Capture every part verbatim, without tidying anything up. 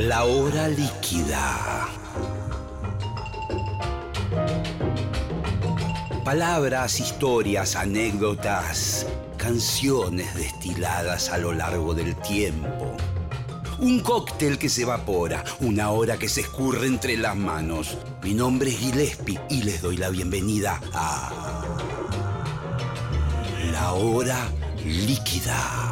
La hora líquida. Palabras, historias, anécdotas, canciones destiladas a lo largo del tiempo. Un cóctel que se evapora, una hora que se escurre entre las manos. Mi nombre es Gillespie y les doy la bienvenida a La hora líquida.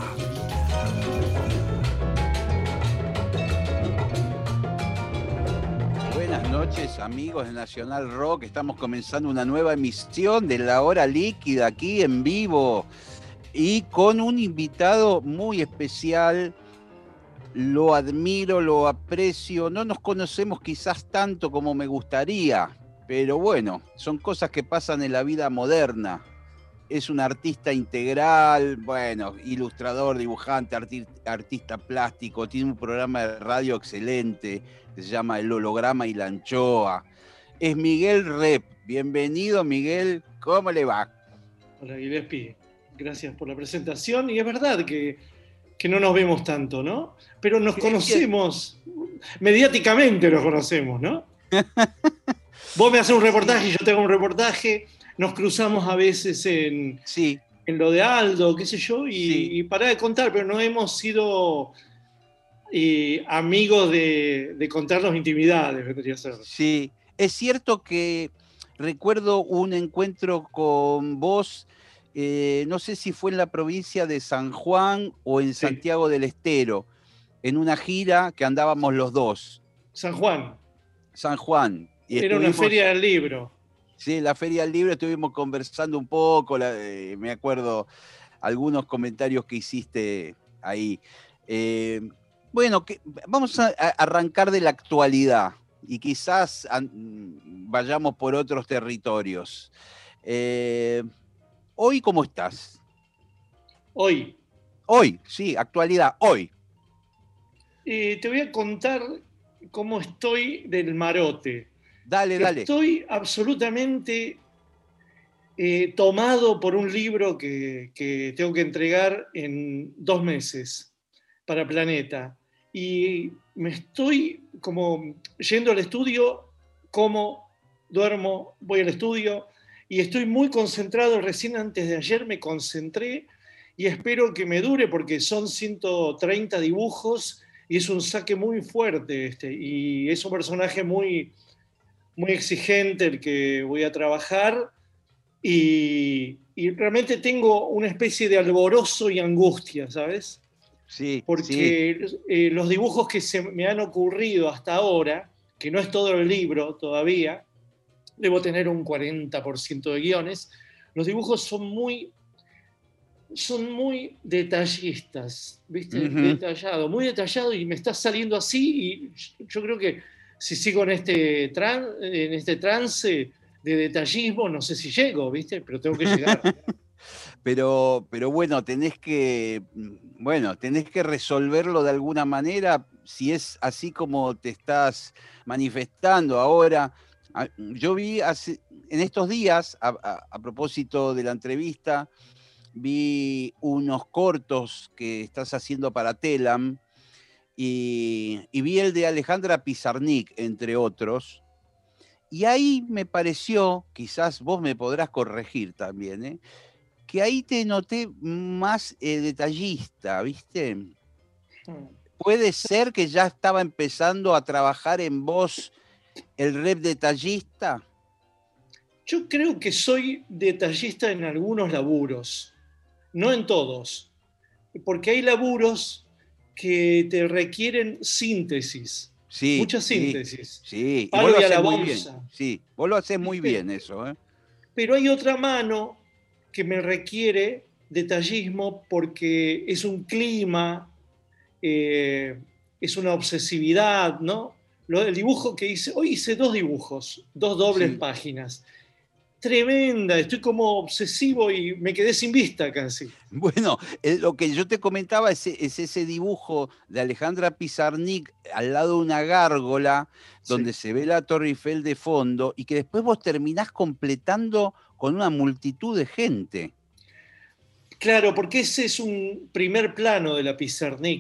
Buenas noches, amigos de Nacional Rock. Estamos comenzando una nueva emisión de La Hora Líquida aquí en vivo y con un invitado muy especial. Lo admiro, lo aprecio. No nos conocemos quizás tanto como me gustaría, pero bueno, son cosas que pasan en la vida moderna. Es un artista integral, bueno, ilustrador, dibujante, arti- artista plástico, tiene un programa de radio excelente que se llama El Holograma y la Anchoa. Es Miguel Rep. Bienvenido, Miguel. ¿Cómo le va? Hola, Gillespie. Gracias por la presentación. Y es verdad que, que no nos vemos tanto, ¿no? Pero nos conocemos, mediáticamente nos conocemos, ¿no? Vos me haces un reportaje, sí. Yo tengo un reportaje, nos cruzamos a veces en, sí. en lo de Aldo, qué sé yo, y, sí. y pará de contar, pero no hemos sido eh, amigos de, de contarnos intimidades, vendría a ser. Sí, es cierto que recuerdo un encuentro con vos, eh, no sé si fue en la provincia de San Juan o en Sí. Santiago del Estero, en una gira que andábamos los dos. San Juan. San Juan. Y Era estuvimos, una feria del libro. Sí, la feria del libro, estuvimos conversando un poco, la, eh, me acuerdo algunos comentarios que hiciste ahí. Eh, bueno, que, vamos a, a arrancar de la actualidad y quizás an, vayamos por otros territorios. Eh, ¿Hoy cómo estás? Hoy. Hoy, sí, actualidad, hoy. Eh, te voy a contar cómo estoy del marote. Dale, dale. Estoy absolutamente eh, tomado por un libro que, que tengo que entregar en dos meses para Planeta. Y me estoy como yendo al estudio, como, duermo, voy al estudio y estoy muy concentrado. Recién antes de ayer me concentré y espero que me dure porque son ciento treinta dibujos y es un saque muy fuerte este, y es un personaje muy, muy exigente el que voy a trabajar y, y realmente tengo una especie de alborozo y angustia, ¿sabes? Sí, porque sí. Eh, los dibujos que se me han ocurrido hasta ahora, que no es todo el libro todavía, debo tener un cuarenta por ciento de guiones, los dibujos son muy, son muy detallistas, ¿viste? Uh-huh. Detallado, muy detallado y me está saliendo así y yo creo que si sigo en este, tran, en este trance de detallismo, no sé si llego, ¿viste? Pero tengo que llegar. Pero, pero bueno, tenés que, bueno, tenés que resolverlo de alguna manera, si es así como te estás manifestando ahora. Yo vi hace, en estos días, a, a, a propósito de la entrevista, vi unos cortos que estás haciendo para Telam y, y vi el de Alejandra Pizarnik, entre otros. Y ahí me pareció, quizás vos me podrás corregir también, ¿eh? que ahí te noté más eh, detallista, ¿viste? ¿Puede ser que ya estaba empezando a trabajar en vos el rep detallista? Yo creo que soy detallista en algunos laburos, no en todos, porque hay laburos que te requieren síntesis, sí, mucha síntesis. Sí, sí. Palo y vos lo y a la muy bolsa. Bien. Sí, vos lo haces muy bien eso, ¿eh? Pero hay otra mano que me requiere detallismo porque es un clima, eh, es una obsesividad, ¿no? Lo, el dibujo que hice, hoy hice dos dibujos, dos dobles sí. páginas. Tremenda, estoy como obsesivo y me quedé sin vista casi. Bueno, eh, lo que yo te comentaba es, es ese dibujo de Alejandra Pizarnik al lado de una gárgola, donde sí. se ve la Torre Eiffel de fondo, y que después vos terminás completando con una multitud de gente. Claro, porque ese es un primer plano de la Pizarnik.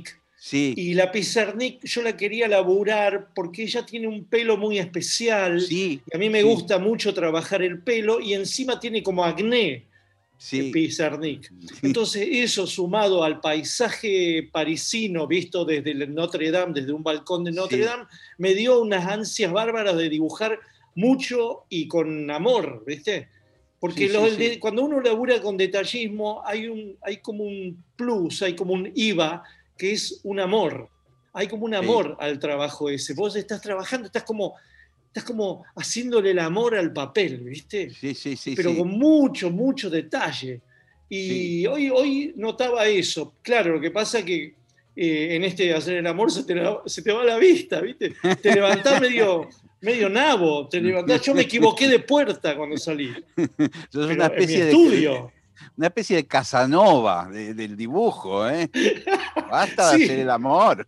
Sí, Y la Pizarnik yo la quería laburar porque ella tiene un pelo muy especial sí, y a mí me sí, gusta mucho trabajar el pelo y encima tiene como acné eh, sí. Pizarnik. Entonces eso sumado al paisaje parisino visto desde el Notre Dame, desde un balcón de Notre Sí, Dame, me dio unas ansias bárbaras de dibujar mucho y con amor, ¿viste? sí, Porque sí, lo- sí, cuando uno labura con detallismo hay, un, hay como un plus, hay como un I V A que es un amor. Hay como un sí, amor al trabajo ese. Vos estás trabajando, estás como, estás como haciéndole el amor al papel, ¿viste? sí, sí, sí, Pero sí, con mucho, mucho detalle. sí. Y hoy, hoy notaba eso. Claro, lo que pasa es que eh, en este hacer el amor se te, la- se te va la vista, ¿viste? Te levantás medio, medio nabo, te levantás. Yo me equivoqué de puerta cuando salí, Sos una pero en mi especie de, estudio. una especie de Casanova de- del dibujo, ¿eh? Basta de hacer el Sí. amor.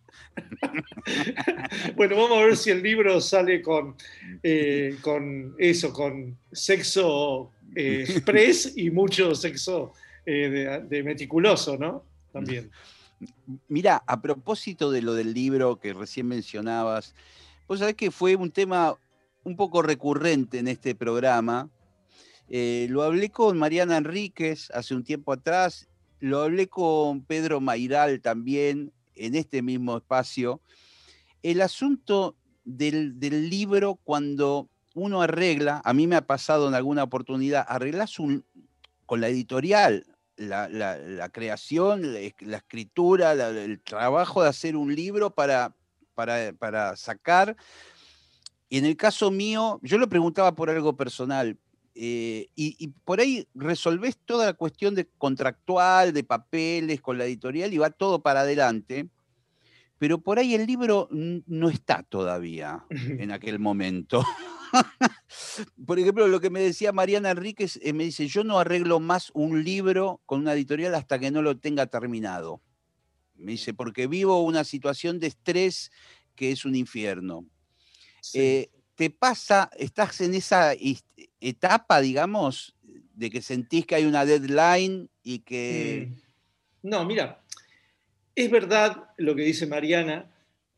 Bueno, vamos a ver si el libro sale con, eh, con eso, con sexo eh, express y mucho sexo eh, de, de meticuloso, ¿no? También. Mira, a propósito de lo del libro que recién mencionabas, vos sabés que fue un tema un poco recurrente en este programa. Eh, lo hablé con Mariana Enríquez hace un tiempo atrás, lo hablé con Pedro Mairal también en este mismo espacio. El asunto del, del libro cuando uno arregla, a mí me ha pasado en alguna oportunidad, arreglas un, con la editorial, la, la- la creación, la, la escritura, la- el trabajo de hacer un libro para, para, para sacar. Y en el caso mío, yo lo preguntaba por algo personal, eh, y, y por ahí resolvés toda la cuestión de contractual, de papeles con la editorial y va todo para adelante, pero por ahí el libro n- no está todavía en aquel momento. Por ejemplo, lo que me decía Mariana Enríquez, eh, me dice, yo no arreglo más un libro con una editorial hasta que no lo tenga terminado. Me dice, porque vivo una situación de estrés que es un infierno. Sí. Eh, ¿Te pasa, estás en esa is- etapa, digamos, de que sentís que hay una deadline y que... Mm. No, mira, es verdad lo que dice Mariana,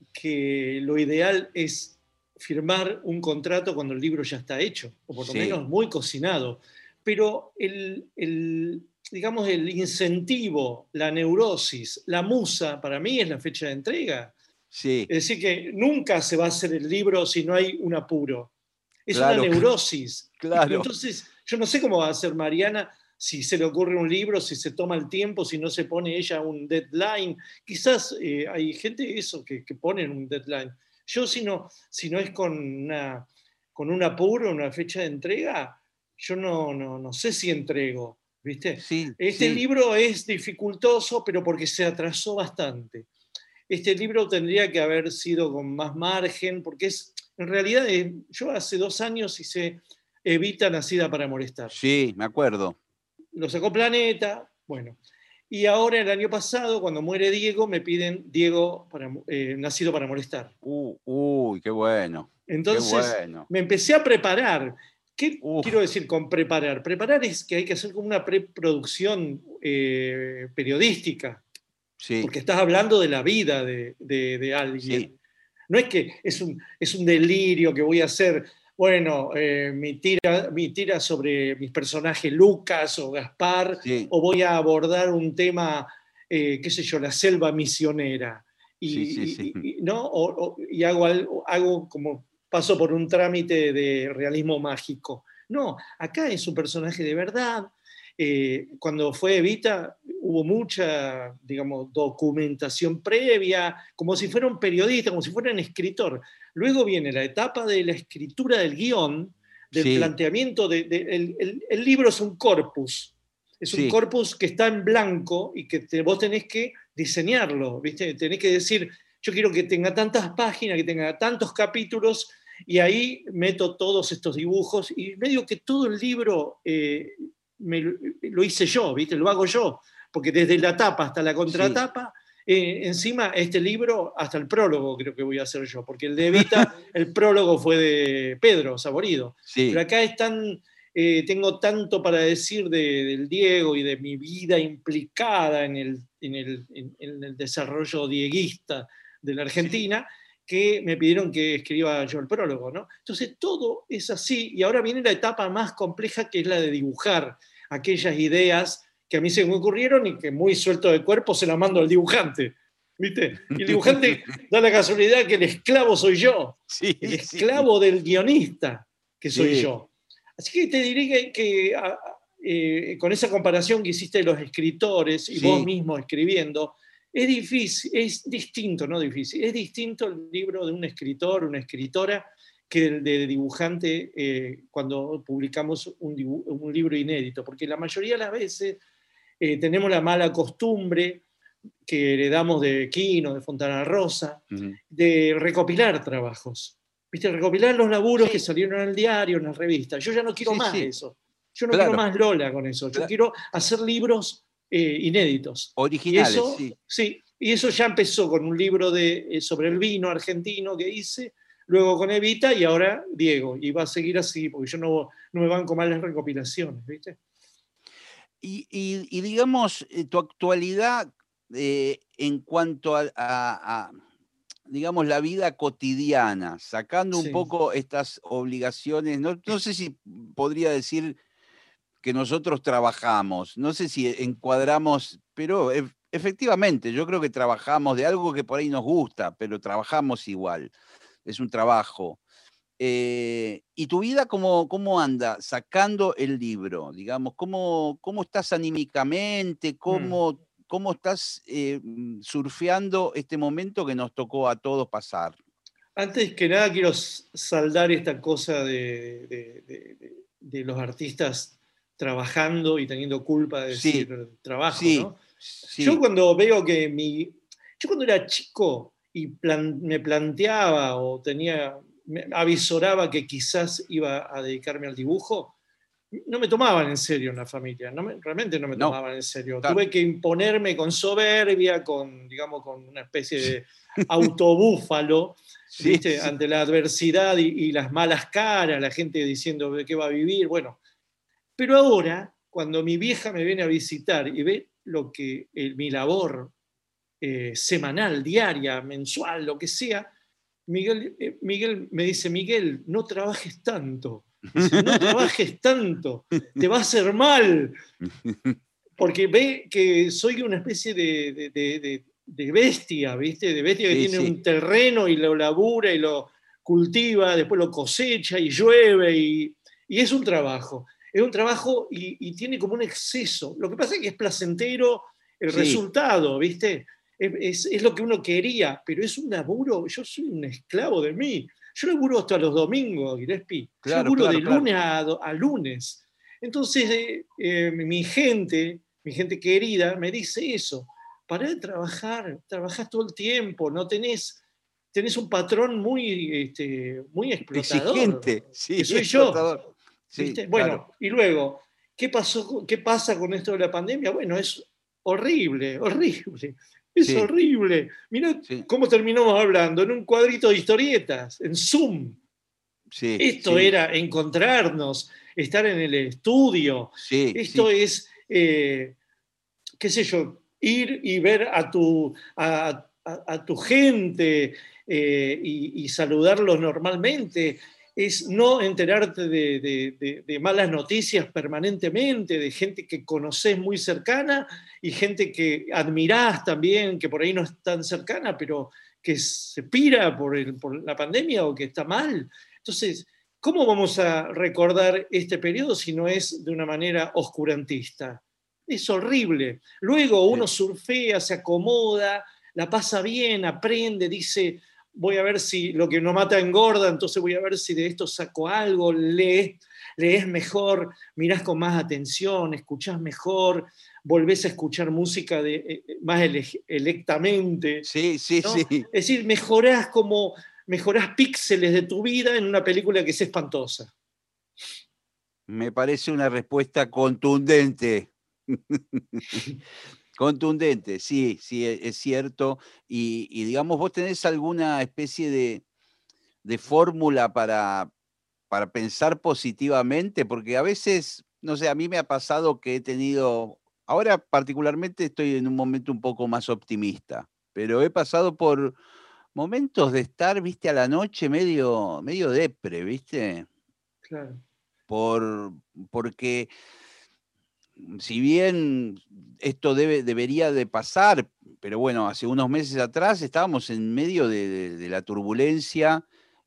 que lo ideal es firmar un contrato cuando el libro ya está hecho, o por lo Sí, menos muy cocinado. Pero el, el, digamos, el incentivo, la neurosis, la musa, para mí es la fecha de entrega. sí, Es decir, que nunca se va a hacer el libro si no hay un apuro. Es una claro, neurosis. claro. Entonces, yo no sé cómo va a hacer Mariana si se le ocurre un libro, si se toma el tiempo, si no se pone ella un deadline. Quizás eh, hay gente eso que, que ponen un deadline. Yo si no, si no es con, una, con un apuro, una fecha de entrega, yo no, no, no sé si entrego, ¿viste? Sí, Este sí, libro es dificultoso, pero porque se atrasó bastante. Este libro tendría que haber sido con más margen, porque es, en realidad, eh, yo hace dos años hice Evita Nacida para Molestar. sí, me acuerdo. Lo sacó Planeta, bueno. Y ahora, el año pasado, cuando muere Diego, me piden Diego para, eh, Nacido para Molestar. Uh, uy, qué bueno, qué Entonces, bueno. me empecé a preparar. ¿Qué quiero Uf, decir con preparar? Preparar es que hay que hacer como una preproducción eh, periodística, sí, porque estás hablando de la vida de, de, de sí, alguien. No es que es un, es un delirio que voy a hacer, bueno, eh, mi, tira, mi tira sobre mis personajes Lucas o Gaspar, sí, o voy a abordar un tema, eh, qué sé yo, la selva misionera. sí, sí, Y, sí. y, y ¿no? o, o, y hago, algo, hago como paso por un trámite de realismo mágico. No, acá es un personaje de verdad. Eh, cuando fue Evita, hubo mucha, digamos, documentación previa, como si fuera un periodista, como si fuera un escritor. Luego viene la etapa de la escritura del guión, del Sí, planteamiento, de, de, el, el, el, libro es un corpus, es un sí, corpus que está en blanco y que te, vos tenés que diseñarlo, ¿viste? Tenés que decir, yo quiero que tenga tantas páginas, que tenga tantos capítulos, y ahí meto todos estos dibujos, y medio que todo el libro eh, me, lo hice yo, ¿viste? Lo hago yo, porque desde la tapa hasta la sí. contratapa, eh, encima este libro, hasta el prólogo creo que voy a hacer yo, porque el de Evita, el prólogo fue de Pedro Saborido, pero Sí, acá están eh, tengo tanto para decir de, del Diego y de mi vida implicada en el, en el, en, en el desarrollo dieguista de la Sí. Argentina, que me pidieron que escriba yo el prólogo, ¿no? Entonces todo es así, y ahora viene la etapa más compleja, que es la de dibujar aquellas ideas que a mí se me ocurrieron y que muy suelto de cuerpo se la mando al dibujante, ¿viste? Y el dibujante da la casualidad que el esclavo soy yo, Sí, el sí, esclavo del guionista que soy sí, yo. Así que te diré que, que a, eh, con esa comparación que hiciste de los escritores y vos sí. mismo escribiendo, es difícil, es distinto, no difícil, es distinto el libro de un escritor, una escritora, que el de dibujante eh, cuando publicamos un, dibu- un libro inédito, porque la mayoría de las veces eh, tenemos la mala costumbre que heredamos de Quino, de Fontana Rosa, Ujú. de recopilar trabajos. ¿Viste? Recopilar los laburos que Sí, salieron en el diario, en las revistas. Yo ya no quiero sí, más sí, eso. Yo no quiero claro. más Lola con eso. Yo Cla- quiero hacer libros eh, inéditos. Y Originales, eso, sí. sí, y eso ya empezó con un libro de, eh, sobre el vino argentino que hice, luego con Evita y ahora Diego. Y va a seguir así, porque yo no, no me banco más las recopilaciones, ¿viste? Y, y- y digamos, eh, tu actualidad eh, en cuanto a, a- a, digamos, la vida cotidiana, sacando un Sí. poco estas obligaciones, no, no sé si podría decir que nosotros trabajamos, no sé si encuadramos, pero ef- efectivamente, yo creo que trabajamos de algo que por ahí nos gusta, pero trabajamos igual, es un trabajo. Eh, ¿y tu vida cómo, cómo anda sacando el libro? Digamos, ¿cómo, cómo estás anímicamente? Mm. ¿Cómo, cómo estás eh, mm, surfeando este momento que nos tocó a todos pasar? Antes que nada quiero saldar esta cosa de, de- de- de- de los artistas trabajando y teniendo culpa de Sí, decir trabajo, sí, ¿no? Yo sí, cuando veo que mi... Yo cuando era chico y plan- me planteaba o tenía, me avisoraba que quizás iba a dedicarme al dibujo, no me tomaban en serio en la familia, no me- realmente no me no, tomaban en serio. claro. Tuve que imponerme con soberbia, con, digamos, con una especie de autobúfalo, Sí, ¿viste? sí, Ante la adversidad y, y las malas caras, la gente diciendo de qué va a vivir, bueno. Pero ahora, cuando mi vieja me viene a visitar y ve lo que eh, mi labor eh, semanal, diaria, mensual, lo que sea, Miguel, eh, Miguel me dice, Miguel, no trabajes tanto. Dice, no trabajes tanto, te va a hacer mal, porque ve que soy una especie de, de, de, de, de bestia, ¿viste? De bestia que sí, tiene sí, un terreno y lo labura y lo cultiva, después lo cosecha y llueve y, y es un trabajo. Es un trabajo y, y, tiene como un exceso. Lo que pasa es que es placentero el sí, resultado, ¿viste? Es, es, es lo que uno quería, pero es un laburo. Yo soy un esclavo de mí. Yo laburo hasta los domingos, Gillespie. Yo claro, laburo de claro, claro. lunes a, a lunes. Entonces, eh, eh, mi gente, mi gente querida, me dice eso. Pará de trabajar, trabajás todo el tiempo, no tenés, tenés un patrón muy, este, muy explotador, Exigente, sí, que soy yo. explotador. Sí, ¿Viste? claro. Bueno, y luego, ¿qué, pasó, ¿qué pasa con esto de la pandemia? Bueno, es horrible, horrible. Es Sí, horrible. Mirá sí, cómo terminamos hablando, en un cuadrito de historietas, en Zoom. sí, Esto sí, era encontrarnos, estar en el estudio. sí, Esto sí, es, eh, qué sé yo, ir y ver a tu, a, a, a tu gente eh, y, y, saludarlos normalmente. Es no enterarte de, de, de, de, malas noticias permanentemente, de gente que conoces muy cercana y gente que admirás también, que por ahí no es tan cercana, pero que se pira por, el, por la pandemia o que está mal. Entonces, ¿cómo vamos a recordar este periodo si no es de una manera oscurantista? Es horrible. Luego uno sí. surfea, se acomoda, la pasa bien, aprende, dice, voy a ver si lo que no mata engorda, entonces voy a ver si de esto saco algo, lees, lees mejor, mirás con más atención, escuchás mejor, volvés a escuchar música de, eh, más ele electamente, Sí, sí, ¿no? sí. Es decir, mejorás como, mejorás píxeles de tu vida en una película que es espantosa. Me parece una respuesta contundente. Contundente, sí, sí, e- es cierto. Y, y digamos, ¿vos tenés alguna especie de, de fórmula para, para pensar positivamente, porque a veces, no sé, a mí me ha pasado que he tenido, ahora particularmente estoy en un momento un poco más optimista, pero he pasado por momentos de estar, viste, a la noche medio, medio depre, viste, Claro. por, porque si bien esto debe, debería de pasar, pero bueno, hace unos meses atrás estábamos en medio de, de- de la turbulencia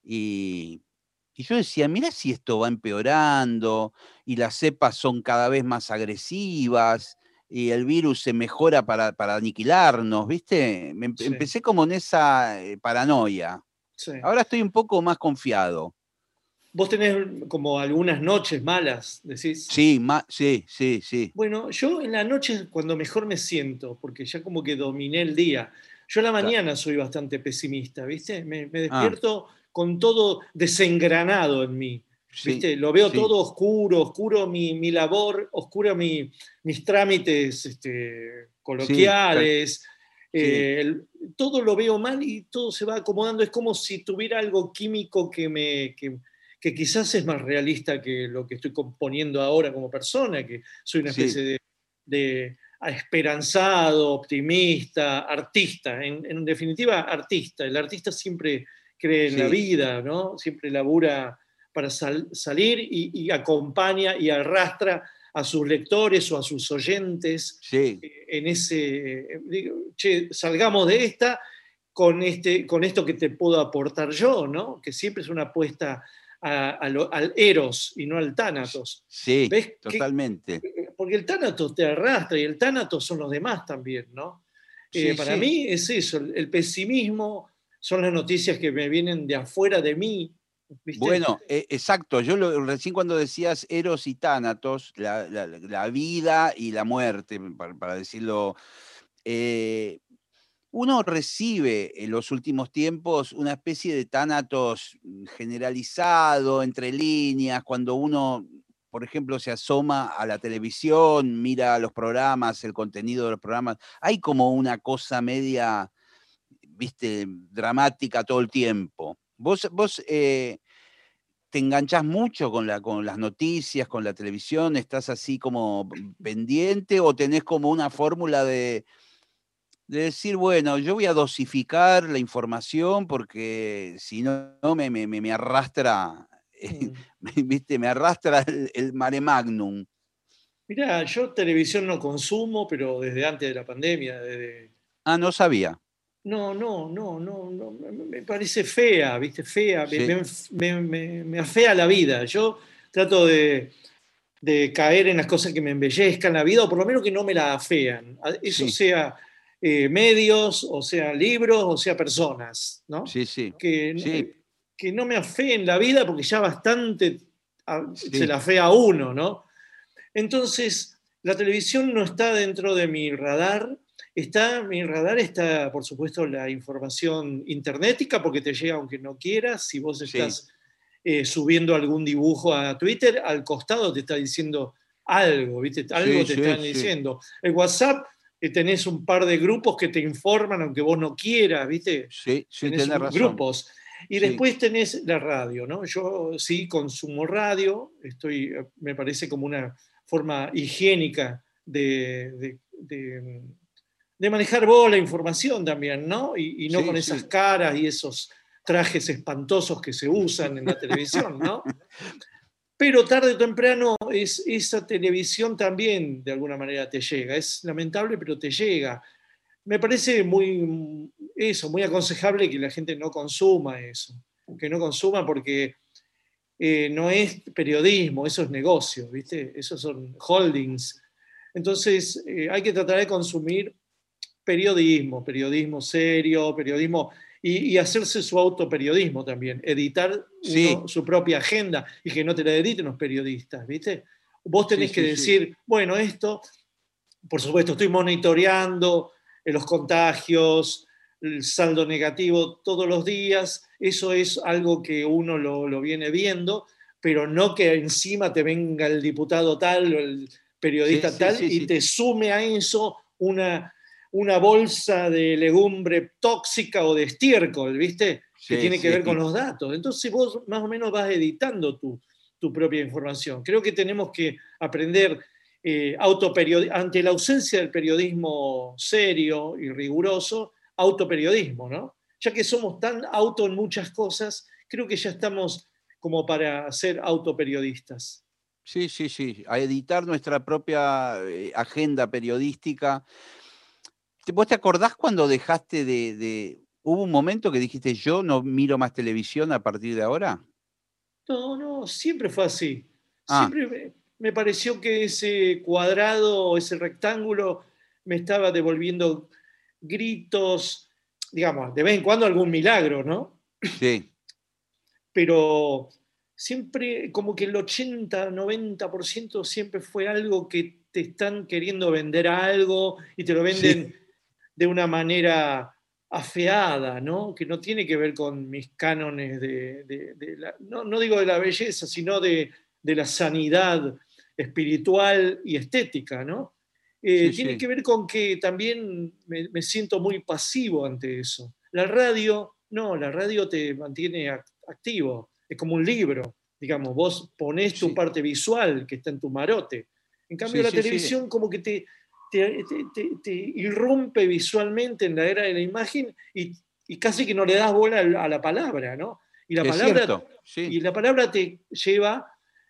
y, y yo decía, mira si esto va empeorando y las cepas son cada vez más agresivas y el virus se mejora para, para aniquilarnos, ¿viste? Me empe- Sí, empecé como en esa eh, paranoia. sí. Ahora estoy un poco más confiado. Vos tenés como algunas noches malas, decís. Sí, ma- sí, sí, sí. Bueno, yo en la noche es cuando mejor me siento, porque ya como que dominé el día. Yo en la Cla- mañana soy bastante pesimista, ¿viste? Me, me Ah, despierto con todo desengranado en mí, sí, ¿viste? Lo veo sí, todo oscuro, oscuro mi, mi labor, oscuro mi, mis trámites este, sí, per- coloquiales, sí. eh, el- todo lo veo mal y todo se va acomodando. Es como si tuviera algo químico que me... Que, que quizás es más realista que lo que estoy componiendo ahora como persona, que soy una Sí, especie de, de esperanzado, optimista, artista, en, en, definitiva artista. El artista siempre cree en la sí, vida, ¿no? Siempre labura para sal, salir y, y, acompaña y arrastra a sus lectores o a sus oyentes sí, en ese, digo, che, salgamos de esta con, este, con esto que te puedo aportar yo, ¿no? Que siempre es una apuesta a, a lo, al eros y no al tánatos. sí, ¿Ves? Que, totalmente. porque el tánatos te arrastra y el tánatos son los demás también, ¿no? Eh, Sí, para sí. mí es eso, el pesimismo son las noticias que me vienen de afuera de mí, ¿viste? Bueno, e- exacto. Yo lo, recién cuando decías Eros y Tánatos, la, la- la vida y la muerte, para, para decirlo, eh, uno recibe en los últimos tiempos una especie de Tánatos generalizado, entre líneas, cuando uno, por ejemplo, se asoma a la televisión, mira los programas, el contenido de los programas, hay como una cosa media, viste, dramática todo el tiempo. Vos, vos eh, te enganchás mucho con, la, con las noticias, con la televisión, estás así como pendiente o tenés como una fórmula de, de decir, bueno, yo voy a dosificar la información porque si no no me, me, me- me arrastra, Mm. ¿viste? Me arrastra el, el mare magnum. Mirá, yo televisión no consumo, pero desde antes de la pandemia, desde... Ah, no sabía. No, no, no, no, no, me me parece fea, ¿viste? Fea, me, Sí, me- me- me afea la vida. Yo trato de, de caer en las cosas que me embellezcan la vida, o por lo menos que no me la afean. A- Eso sí, sea eh, medios, o sea libros, o sea personas, ¿no? sí, sí, Que, sí, eh, que no me afeen la vida porque ya bastante ah, se sí, la afea a uno, ¿no? Entonces, la televisión no está dentro de mi radar. Está, mi radar está, por supuesto, la información internetica, porque te llega aunque no quieras. Si vos sí, estás eh, subiendo algún dibujo a Twitter, al costado te está diciendo algo, ¿viste? sí, Algo te sí, están sí, diciendo. El WhatsApp, eh, tenés un par de grupos que te informan aunque vos no quieras, ¿viste? sí, sí, Tenés tenés razón. grupos. Y Sí, después tenés la radio, ¿no? Yo sí consumo radio, estoy, me parece como una forma higiénica de, de, de, de manejar vos la información también, ¿no? Y, y no sí, con esas sí. caras y esos trajes espantosos que se usan en la televisión, ¿no? Pero tarde o temprano es, esa televisión también de alguna manera te llega. Es lamentable, pero te llega. Me parece muy, eso, muy aconsejable que la gente no consuma eso, que no consuma porque eh, no es periodismo, eso es negocio, ¿viste? Esos son holdings. Entonces, eh, hay que tratar de consumir periodismo, periodismo serio, periodismo y, y hacerse su autoperiodismo también, editar Sí, uno su propia agenda y que no te la editen los periodistas, ¿viste? Vos sí, tenés que sí, sí. decir, bueno, esto, por supuesto, estoy monitoreando eh, los contagios, el saldo negativo todos los días, eso es algo que uno lo, lo viene viendo, pero no que encima te venga el diputado tal o el Sí, periodista sí, tal sí, y sí. te sume a eso una, una bolsa de legumbre tóxica o de estiércol, ¿viste? que Sí, tiene que ver con sí. los datos. Entonces vos más o menos vas editando tu, tu propia información. Creo que tenemos que aprender eh, autoperiodi- ante la ausencia del periodismo serio y riguroso, autoperiodismo, ¿no? Ya que somos tan auto en muchas cosas, creo que ya estamos como para ser autoperiodistas. Sí, sí, sí, a editar nuestra propia eh, agenda periodística. ¿Te- ¿Vos te acordás cuando dejaste de, de- Hubo un momento que dijiste, yo no miro más televisión a partir de ahora? No, no, siempre fue así. Ah, Siempre me, me pareció que ese cuadrado, ese rectángulo, me estaba devolviendo gritos, digamos, de vez en cuando algún milagro, ¿no? sí, Pero siempre como que el ochenta, noventa por ciento siempre fue algo que te están queriendo vender algo y te lo sí, venden de una manera afeada, ¿no? Que no tiene que ver con mis cánones de, de- de la, no, no digo de la belleza, sino de, de la sanidad espiritual y estética, ¿no? Eh, sí, tiene sí, que ver con que también me, me siento muy pasivo ante eso. La radio, no, la radio te mantiene activo, es como un libro, digamos, vos ponés tu sí, parte visual que está en tu marote. En cambio, sí, la sí, sí, televisión como que te, te, te, te, te irrumpe visualmente en la era de la imagen y, y casi que no le das bola a la palabra, ¿no? Y la es palabra, cierto, sí, y la palabra te lleva,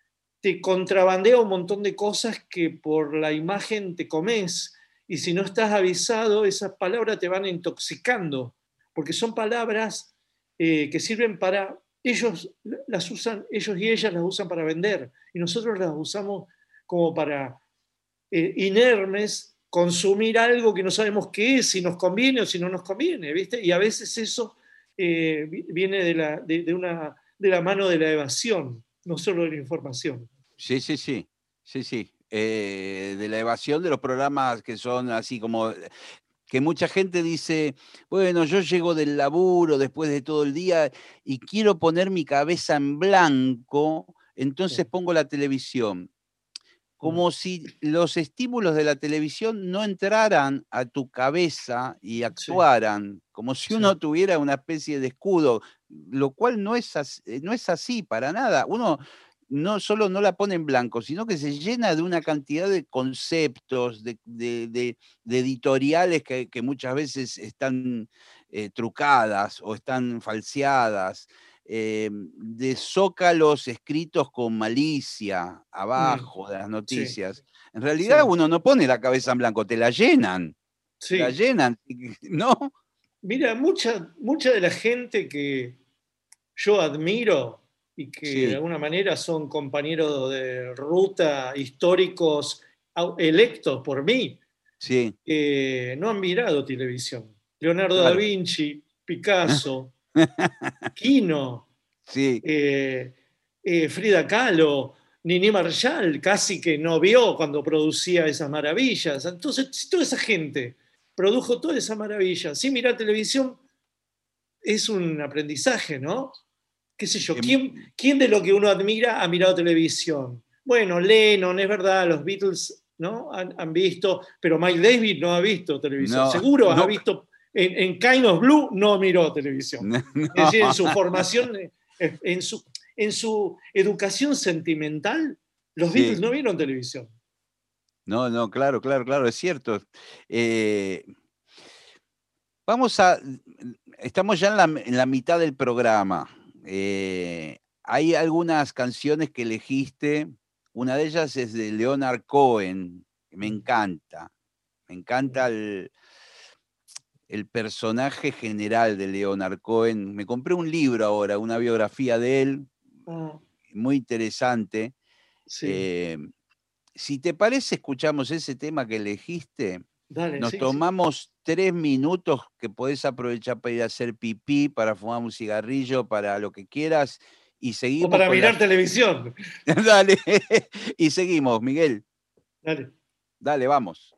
te contrabandea un montón de cosas que por la imagen te comes. Y si no estás avisado, esas palabras te van intoxicando, porque son palabras eh, que sirven para, ellos las usan, ellos y ellas las usan para vender, y nosotros las usamos como para eh, inermes consumir algo que no sabemos qué es, si nos conviene o si no nos conviene, ¿viste? Y a veces eso eh, viene de la, de, de, una, de la mano de la evasión, no solo de la información. sí, sí, sí, sí, sí. Eh, de la evasión de los programas que son así como que mucha gente dice, bueno, yo llego del laburo después de todo el día y quiero poner mi cabeza en blanco, entonces Sí. pongo la televisión. Mm. Como si los estímulos de la televisión no entraran a tu cabeza y Sí, actuaran, como si sí, uno tuviera una especie de escudo, lo cual no es así, no es así para nada. Uno no solo no la pone en blanco, sino que se llena de una cantidad de conceptos, de, de- de- de editoriales que, que muchas veces están eh, trucadas o están falseadas, eh, de zócalos escritos con malicia mm, abajo de las sí, noticias. En realidad sí, uno no pone la cabeza en blanco, te la llenan, te la sí. llenan, ¿no? Mira, mucha, mucha de la gente que yo admiro y que de Sí, alguna manera son compañeros de ruta históricos au- electos por mí, sí, eh, no han mirado televisión. Leonardo da claro. Vinci, Picasso, Quino, Sí, eh, eh, Frida Kahlo, Nini Marshall, casi que no vio cuando producía esas maravillas. Entonces, si toda esa gente produjo toda esa maravilla sin mirar televisión, es un aprendizaje, ¿no? ¿Qué sé yo? em, ¿Quién, quién de lo que uno admira ha mirado televisión? Bueno, Lennon, es verdad, los Beatles, ¿no? Han, han visto, pero Mike Davis no ha visto televisión. no, Seguro ha no, visto, en, en Kind of Blue no miró televisión. Es decir, en no, su formación, eh, en su, en su educación sentimental, los Beatles sí, no vieron televisión. no, no, claro, claro, claro, es cierto. Eh, vamos a, estamos ya en la, en la mitad del programa. Eh, hay algunas canciones que elegiste, una de ellas es de Leonard Cohen, que me encanta, me encanta el, el personaje general de Leonard Cohen. Me compré un libro ahora, una biografía de él, Ah, muy interesante. sí, Eh, si te parece, escuchamos ese tema que elegiste. dale, Nos sí, sí. tomamos tres minutos que podés aprovechar para ir a hacer pipí, para fumar un cigarrillo, para lo que quieras, y O seguimos para con mirar las... televisión. Dale, y seguimos, Miguel. Dale. Dale, vamos.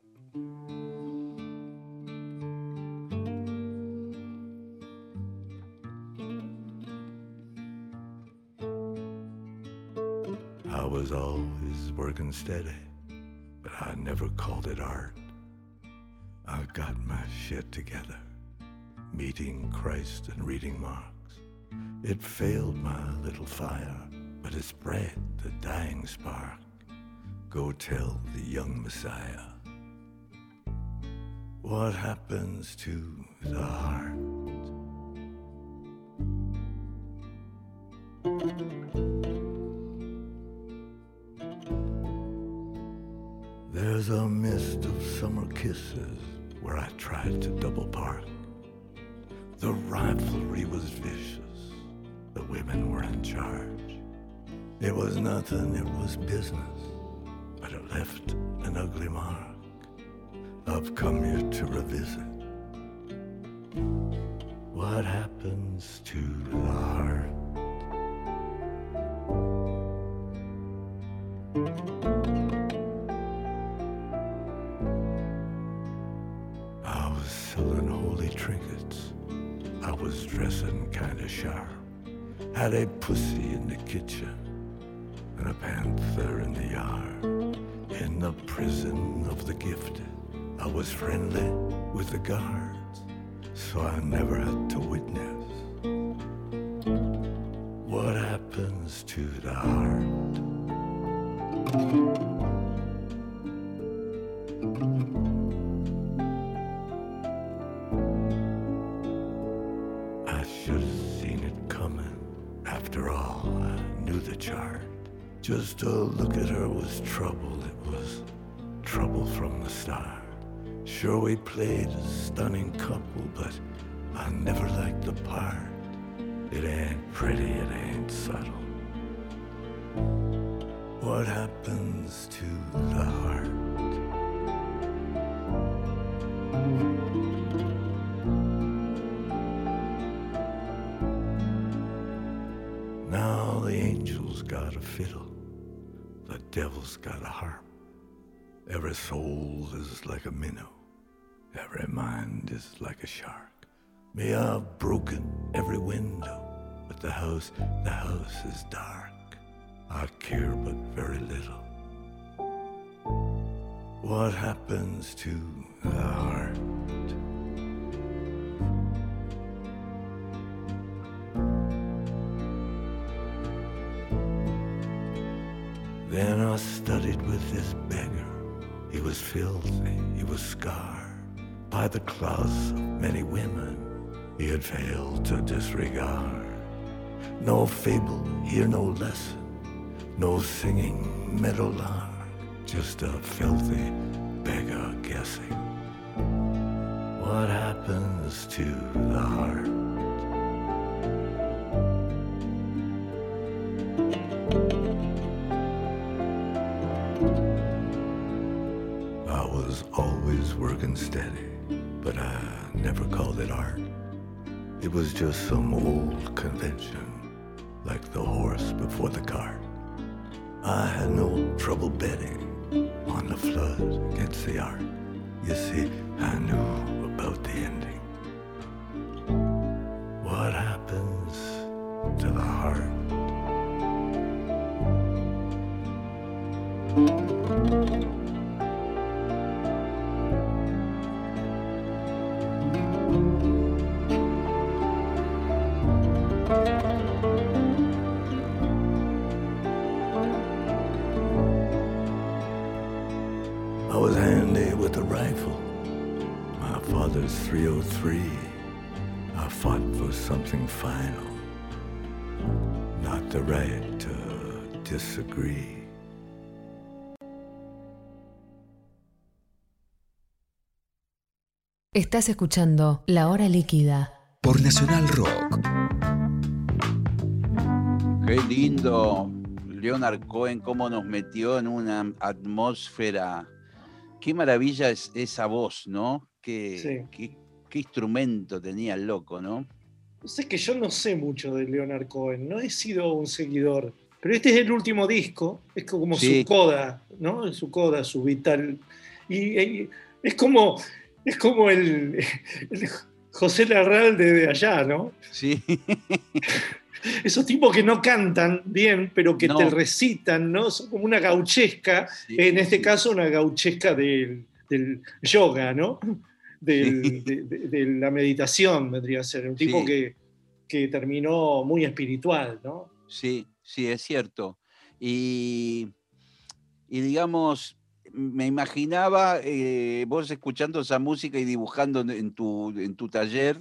I was always working steady, but I never called it art. I got my shit together, meeting Christ and reading Marx. It failed my little fire, but it spread the dying spark. Go tell the young Messiah what happens to the heart. There's a mist of summer kisses where I tried to double park. The rivalry was vicious, the women were in charge. It was nothing, it was business, but it left an ugly mark. I've come here to revisit what happens to the heart. I was selling holy trinkets, I was dressing kinda sharp. Had a pussy in the kitchen and a panther in the yard. In the prison of the gifted, I was friendly with the guards, so I never had to witness what happens to the heart. I should have seen it coming. After all, I knew the chart. Just to look at her was trouble. It was trouble from the start. Sure, we played a stunning couple, but I never liked the part. It ain't pretty, it ain't subtle. What happens to the heart? Now the angel's got a fiddle, the devil's got a harp. Every soul is like a minnow, every mind is like a shark. Me, I've broken every window, but the house, the house is dark. I care but very little. What happens to the heart? Then I studied with this beggar. He was filthy, he was scarred by the claws of many women he had failed to disregard. No fable, here no lesson, no singing meadowlark, just a filthy beggar guessing what happens to the heart. I was always working steady, but I never called it art. It was just some old convention, like the horse before the cart. I had no trouble betting on the flood against the ark. You see, I knew about the ending. What happens to the heart? I was handy with the rifle, my father's three oh three. I fought for something final, not the right to disagree. Estás escuchando La Hora Líquida por Nacional Rock. Qué lindo, Leonard Cohen, cómo nos metió en una atmósfera. Qué maravilla es esa voz, ¿no? Qué, Sí. qué, qué instrumento tenía el loco, ¿no? Sé que yo no sé mucho de Leonard Cohen, no he sido un seguidor, pero este es el último disco, es como Sí. su coda, ¿no? Su coda, su vital. Y, y es como, es como el, el José Larralde de allá, ¿no? Sí. Esos tipos que no cantan bien, pero que No. te recitan, ¿no? Son como una gauchesca, Sí, en este sí. caso una gauchesca del, del yoga, ¿no? Del- Sí. de, de- de la meditación vendría a ser. Un tipo Sí. que, que terminó muy espiritual, ¿no? Sí, sí, es cierto. Y, y digamos, me imaginaba eh, vos escuchando esa música y dibujando en, en tu, en tu taller,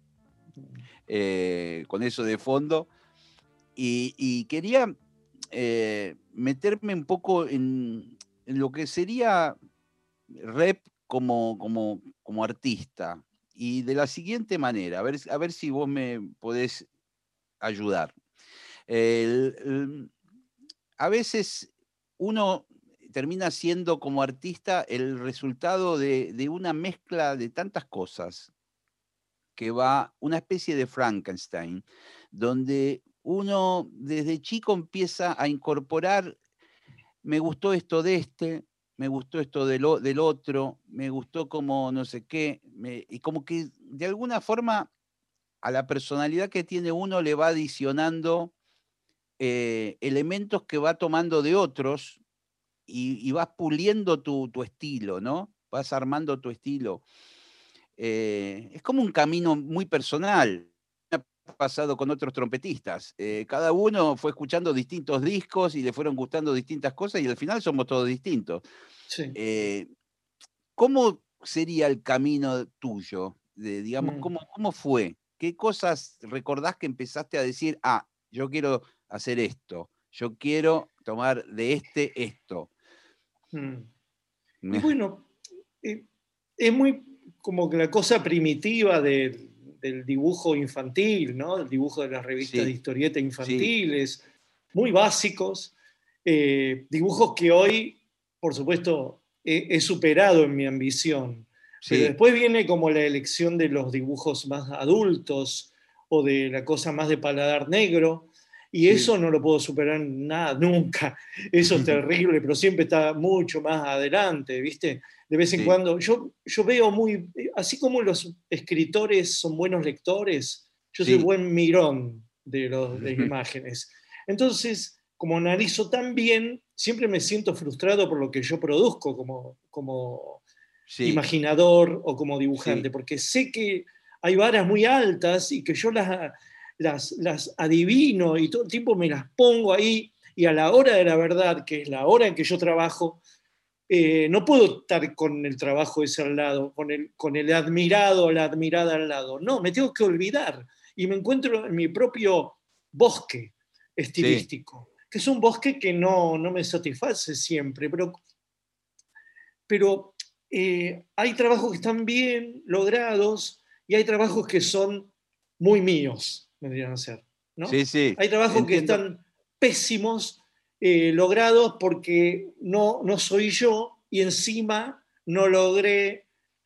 eh, con eso de fondo, y, y quería eh, meterme un poco en, en lo que sería rap como, como, como artista, y de la siguiente manera, a ver, a ver si vos me podés ayudar. El- el- a veces uno termina siendo como artista el resultado de, de una mezcla de tantas cosas que va una especie de Frankenstein, donde uno desde chico empieza a incorporar, me gustó esto de este, me gustó esto del, o- del otro, me gustó como no sé qué, me- y como que de alguna forma a la personalidad que tiene uno le va adicionando eh, elementos que va tomando de otros y, y vas puliendo tu, tu estilo, ¿no? Vas armando tu estilo. Eh, es como un camino muy personal. Me ha pasado con otros trompetistas. Eh, cada uno fue escuchando distintos discos y le fueron gustando distintas cosas y al final somos todos distintos. Sí. Eh, ¿Cómo sería el camino tuyo? De, digamos, Mm. ¿cómo, ¿cómo fue? ¿Qué cosas recordás que empezaste a decir, ah, yo quiero hacer esto, yo quiero tomar de este esto? Mm. Y bueno, eh, es muy como que la cosa primitiva de- del dibujo infantil, ¿no? El dibujo de las revistas de Sí, historieta sí, infantiles, muy básicos, eh, dibujos que hoy, por supuesto, he, he superado en mi ambición, pero sí, después viene como la elección de los dibujos más adultos o de la cosa más de paladar negro, y sí. eso no lo puedo superar nada, nunca. Eso es terrible, pero siempre está mucho más adelante, ¿viste? De vez en Sí, cuando, yo, yo veo muy, así como los escritores son buenos lectores, yo soy sí, buen mirón de, los, de imágenes. Entonces, como analizo tan bien, siempre me siento frustrado por lo que yo produzco como, como sí, imaginador o como dibujante, sí, porque sé que hay varas muy altas y que yo las, las, las adivino y todo el tiempo me las pongo ahí y a la hora de la verdad, que es la hora en que yo trabajo, eh, no puedo estar con el trabajo ese al lado, con el, con el admirado o la admirada al lado. No, me tengo que olvidar y me encuentro en mi propio bosque sí, estilístico, que es un bosque que no, no me satisface siempre, pero, pero eh, hay trabajos que están bien logrados y hay trabajos que son muy míos, vendrían a ser, ¿no? sí, sí, Hay trabajos que entiendo. están pésimos, eh, logrados porque no, no soy yo y encima no logré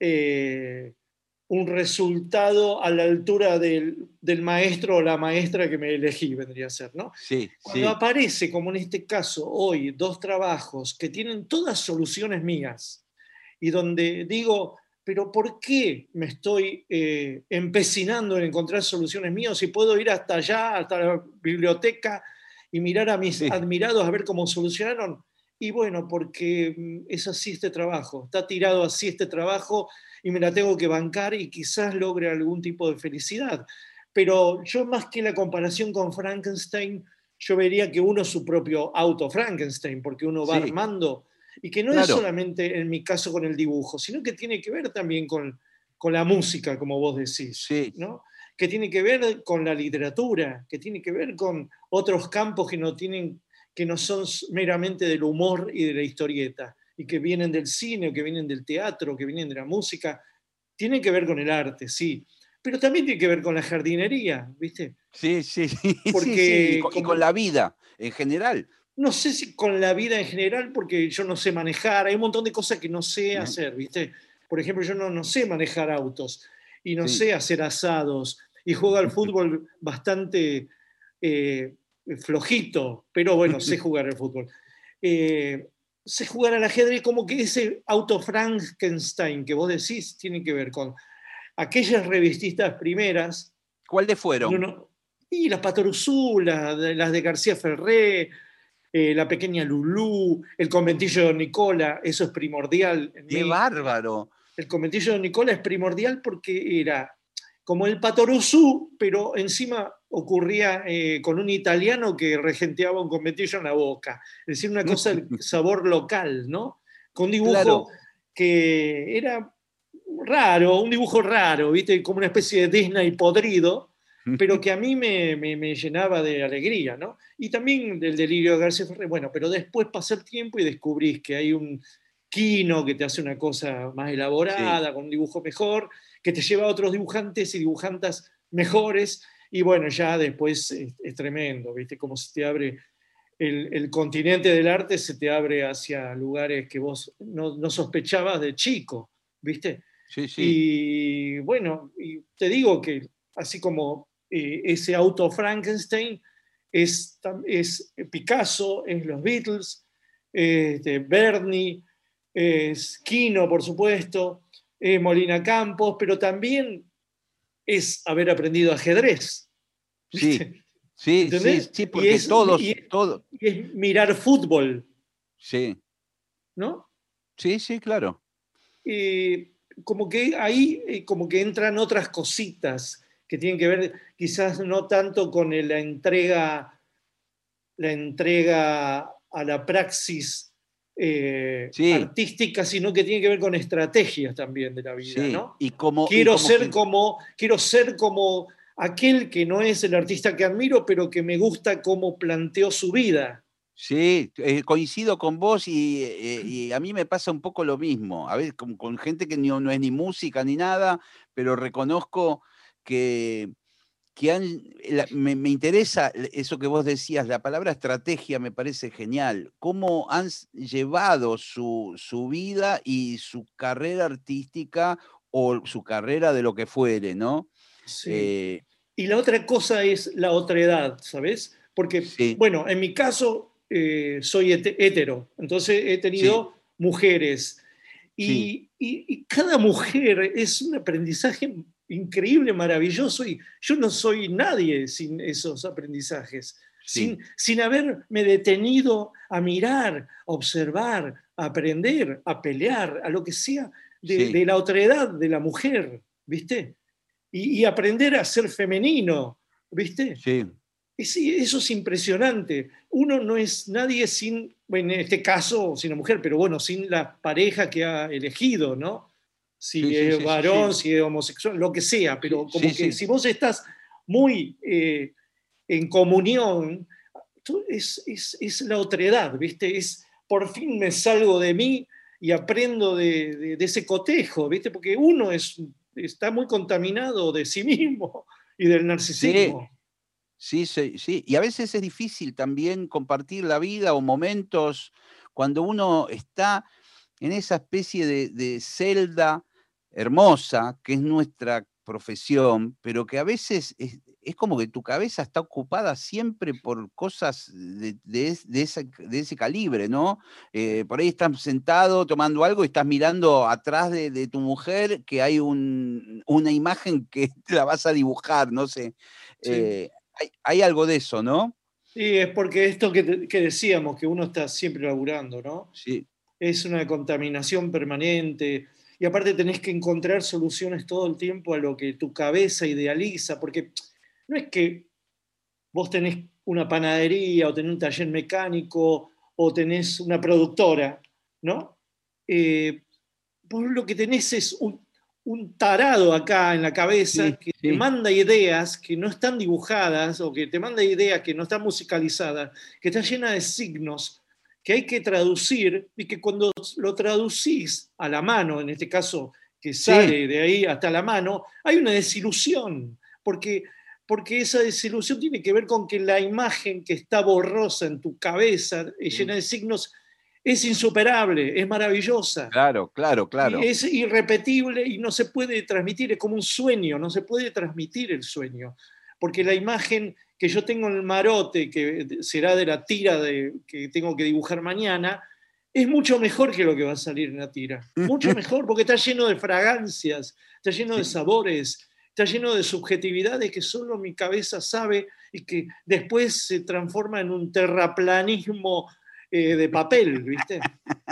eh, un resultado a la altura del, del maestro o la maestra que me elegí, vendría a ser, ¿no? Sí, Cuando sí, aparece, como en este caso, hoy, dos trabajos que tienen todas soluciones mías y donde digo, pero ¿por qué me estoy eh, empecinando en encontrar soluciones mías si puedo ir hasta allá, hasta la biblioteca y mirar a mis sí, admirados a ver cómo solucionaron? Y bueno, porque mm, es así este trabajo, está tirado así este trabajo y me la tengo que bancar y quizás logre algún tipo de felicidad. Pero yo más que la comparación con Frankenstein, yo vería que uno es su propio auto Frankenstein, porque uno va sí, armando, y que no es claro, solamente en mi caso con el dibujo, sino que tiene que ver también con, con la música, como vos decís, sí, ¿no? Que tiene que ver con la literatura, que tiene que ver con otros campos que no, tienen, que no son meramente del humor y de la historieta, y que vienen del cine, que vienen del teatro, que vienen de la música, tienen que ver con el arte, sí, pero también tiene que ver con la jardinería, ¿viste? sí, sí, sí, sí, sí, y Porque con, y con como, la vida en general. no sé si con la vida en general, porque yo no sé manejar, hay un montón de cosas que no sé ¿Eh? hacer, ¿viste? Por ejemplo, yo no, no sé manejar autos y no Sí, sé hacer asados y juego al fútbol bastante eh, flojito, pero bueno, sé jugar al fútbol. Eh, sé jugar al ajedrez, como que ese auto Frankenstein que vos decís tiene que ver con aquellas revististas primeras, ¿cuáles y, fueron? uno, y las Patoruzú, las de García Ferré, eh, la pequeña Lulú, el conventillo de Don Nicola, eso es primordial en ¡Qué mí. bárbaro! El conventillo de Don Nicola es primordial porque era como el Patoruzú, pero encima ocurría eh, con un italiano que regenteaba un conventillo en la boca. Es decir, una cosa del sabor local, ¿no? Con un dibujo Claro. que era raro, un dibujo raro, ¿viste? Como una especie de Disney podrido, pero que a mí me, me, me llenaba de alegría, ¿no? Y también del delirio de García Ferrer. Bueno, pero después pasa el tiempo y descubrís que hay un Quino que te hace una cosa más elaborada, Sí. con un dibujo mejor, que te lleva a otros dibujantes y dibujantas mejores, y bueno, ya después es, es tremendo, ¿viste? Como se te abre el, el continente del arte, se te abre hacia lugares que vos no, no sospechabas de chico, ¿viste? Sí, sí. Y bueno, y te digo que así como eh, ese auto Frankenstein es, es Picasso, es los Beatles, es de Bernie, es Quino, por supuesto, es Molina Campos, pero también es haber aprendido ajedrez, Sí, ¿viste? sí, sí, ¿Entendés? sí, Y porque es, todos, y, todo, y es mirar fútbol, sí, ¿no? sí, sí, claro. Eh, como que ahí eh, como que entran otras cositas que tienen que ver quizás no tanto con la entrega, la entrega a la praxis eh, Sí, artística, sino que tiene que ver con estrategias también de la vida, sí. ¿no? Y como, y Quiero como ser que, como, quiero ser como aquel que no es el artista que admiro, pero que me gusta cómo planteó su vida. sí, eh, coincido con vos y, eh, y a mí me pasa un poco lo mismo. A veces con, con gente que no, no es ni música ni nada, pero reconozco que, que han, la- me, me interesa eso que vos decías, la palabra estrategia me parece genial. Cómo han s- llevado su, su vida y su carrera artística o su carrera de lo que fuere, ¿no? Sí. Eh, Y la otra cosa es la otredad, ¿sabes? Porque, sí, bueno, en mi caso eh, soy hetero, entonces he sí, tenido mujeres sí, y, y, y cada mujer es un aprendizaje increíble, maravilloso, y yo no soy nadie sin esos aprendizajes, sí, sin, sin haberme detenido a mirar, a observar, a aprender, a pelear, a lo que sea de, sí, de la otredad de la mujer, ¿viste? Y, y aprender a ser femenino, ¿viste? sí, Es- eso es impresionante. Uno no es nadie sin, bueno, en este caso, sin la mujer, pero bueno, sin la pareja que ha elegido, ¿no? sí, Si sí, es sí, sí, sí, varón, si es homosexual, lo que sea, sí, pero sí, como que sí. si vos estás muy eh, en comunión, tú- es, es, es la otredad, ¿viste? Es por fin me salgo de mí y aprendo de, de, de ese cotejo, ¿viste? Porque uno es, está muy contaminado de sí mismo y del Sí, narcisismo. sí, sí, sí. Y a veces es difícil también compartir la vida o momentos cuando uno está en esa especie de, de celda hermosa que es nuestra profesión, pero que a veces es, es como que tu cabeza está ocupada siempre por cosas de, de es- de esa- de ese calibre, ¿no? Sí, Eh, por ahí estás sentado tomando algo y estás mirando atrás de, de tu mujer que hay un- una imagen que te la vas a dibujar, no sé. sí. Eh, hay, hay algo de eso, ¿no? Y es porque esto que, te- que decíamos, que uno está siempre laburando, ¿no? Sí, Es una contaminación permanente y aparte tenés que encontrar soluciones todo el tiempo a lo que tu cabeza idealiza, porque no es que vos tenés una panadería o tenés un taller mecánico o tenés una productora, ¿no? Eh, vos lo que tenés es un, un tarado acá en la cabeza sí, que te sí, manda ideas que no están dibujadas o que te manda ideas que no están musicalizadas, que está llena de signos que hay que traducir y que cuando lo traducís a la mano, en este caso que sí, sale de ahí hasta la mano, hay una desilusión, porque, porque esa desilusión tiene que ver con que la imagen que está borrosa en tu cabeza, eh, sí. llena de signos, es insuperable, es maravillosa. Claro, claro, Y claro. es irrepetible y no se puede transmitir, es como un sueño, no se puede transmitir el sueño, porque la imagen que yo tengo en el marote, que será de la tira de, que tengo que dibujar mañana, es mucho mejor que lo que va a salir en la tira, mucho mejor, porque está lleno de fragancias, está lleno de Sí. sabores, está lleno de subjetividades que solo mi cabeza sabe y que después se transforma en un terraplanismo eh, de papel, ¿viste?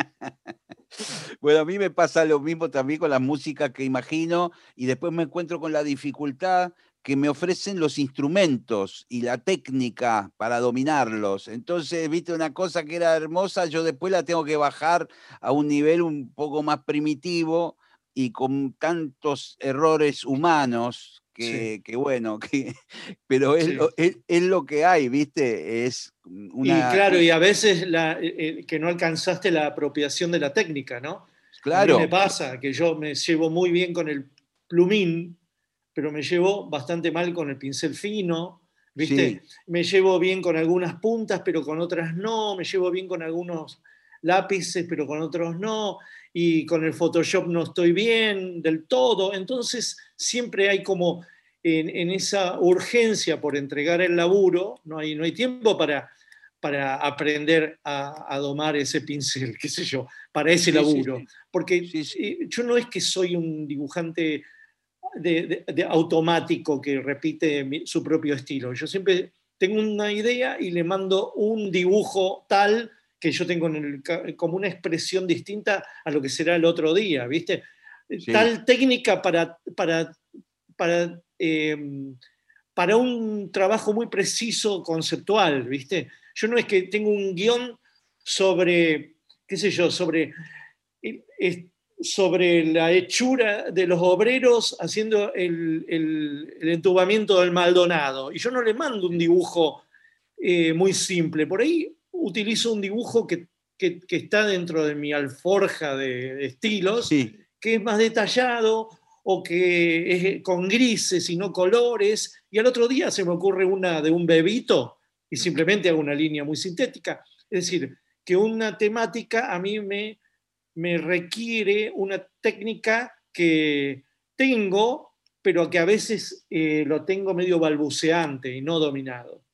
Bueno, a mí me pasa lo mismo también con la música que imagino y después me encuentro con la dificultad que me ofrecen los instrumentos y la técnica para dominarlos. Entonces, viste, una cosa que era hermosa, yo después la tengo que bajar a un nivel un poco más primitivo y con tantos errores humanos que, Sí, que bueno, que, pero es, sí. lo, es, es lo que hay, viste, es Y una... claro, un- y a veces la- eh, eh, que no alcanzaste la apropiación de la técnica, ¿no? A mí me claro, pasa que yo me llevo muy bien con el plumín, pero me llevo bastante mal con el pincel fino, ¿viste? sí, Me llevo bien con algunas puntas, pero con otras no. Me llevo bien con algunos lápices, pero con otros no. Y con el Photoshop no estoy bien del todo. Entonces, siempre hay como en, en esa urgencia por entregar el laburo, no hay, no hay tiempo para, para aprender a, a domar ese pincel, qué sé yo, para ese sí, sí, laburo. sí, Porque sí, sí. eh, yo no es que soy un dibujante de, de, de automático que repite mi, su propio estilo. Yo siempre tengo una idea y le mando un dibujo tal que yo tengo en el, como una expresión distinta a lo que será el otro día, ¿viste? Sí. Tal técnica para, para, para, eh, para un trabajo muy preciso, conceptual, ¿viste? Yo no es que tengo un guión sobre, qué sé yo, sobre sobre la hechura de los obreros haciendo el, el, el entubamiento del Maldonado. Y yo no le mando un dibujo eh, muy simple. Por ahí utilizo un dibujo que, que, que está dentro de mi alforja de, de estilos, Sí. que es más detallado o que es con grises y no colores. Y al otro día se me ocurre una de un bebito y simplemente hago una línea muy sintética. Es decir, que una temática a mí me me requiere una técnica que tengo, pero que a veces eh, lo tengo medio balbuceante y no dominado.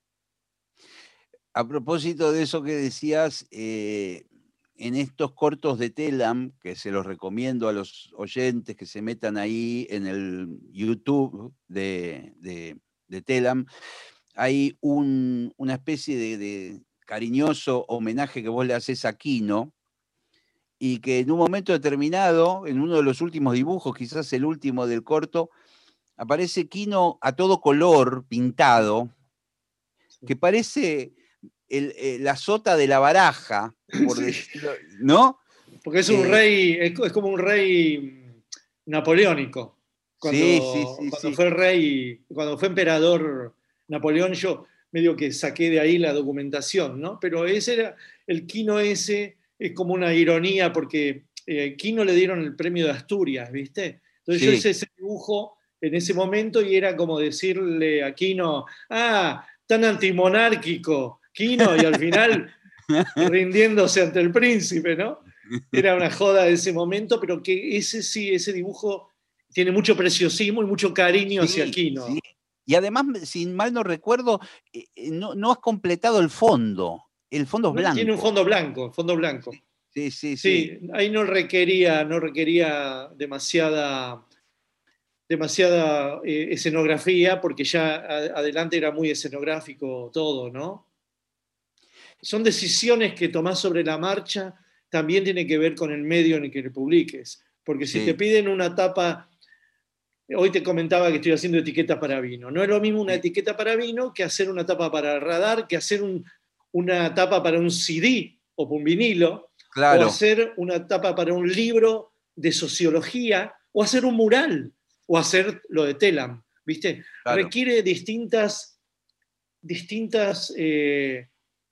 A propósito de eso que decías, eh, en estos cortos de Telam, que se los recomiendo a los oyentes que se metan ahí en el YouTube de, de, de Telam, hay un, una especie de, de cariñoso homenaje que vos le haces a Quino, y que en un momento determinado, en uno de los últimos dibujos, quizás el último del corto, aparece Quino a todo color, Sí, pintado, sí. que parece el, eh, la sota de la baraja, por Sí, decirlo, ¿no? porque es un Eh, rey, es, es como un rey napoleónico. sí, sí, Cuando, sí, cuando sí, fue rey, cuando fue emperador Napoleón, yo medio que saqué de ahí la documentación, ¿no? Pero ese era, el Quino ese, es como una ironía, porque eh, Quino le dieron el premio de Asturias, ¿viste? Entonces yo hice sí. ese dibujo en ese momento y era como decirle a Quino, ah, tan antimonárquico, Quino, y al final rindiéndose ante el príncipe, ¿no? Era una joda de ese momento, pero que ese sí, ese dibujo tiene mucho preciosismo y mucho cariño hacia Sí, sí. Quino. Y además, si mal no recuerdo, eh, eh, no, no has completado el fondo. El fondo es ¿No? Tiene un blanco. fondo blanco, fondo blanco. Sí, sí, sí. Sí, ahí no requería, no requería demasiada, demasiada eh, escenografía, porque ya a- adelante era muy escenográfico todo, ¿no? Son decisiones que tomás sobre la marcha, también tiene que ver con el medio en el que le publiques. Porque si te Sí, piden una tapa, hoy te comentaba que estoy haciendo etiquetas para vino. No es lo mismo una sí. etiqueta para vino que hacer una tapa para el radar, que hacer un, una tapa para un C D o un vinilo, o Claro, hacer una tapa para un libro de sociología, o hacer un mural, o hacer lo de Telam. ¿Viste? claro. Requiere distintas, distintas eh,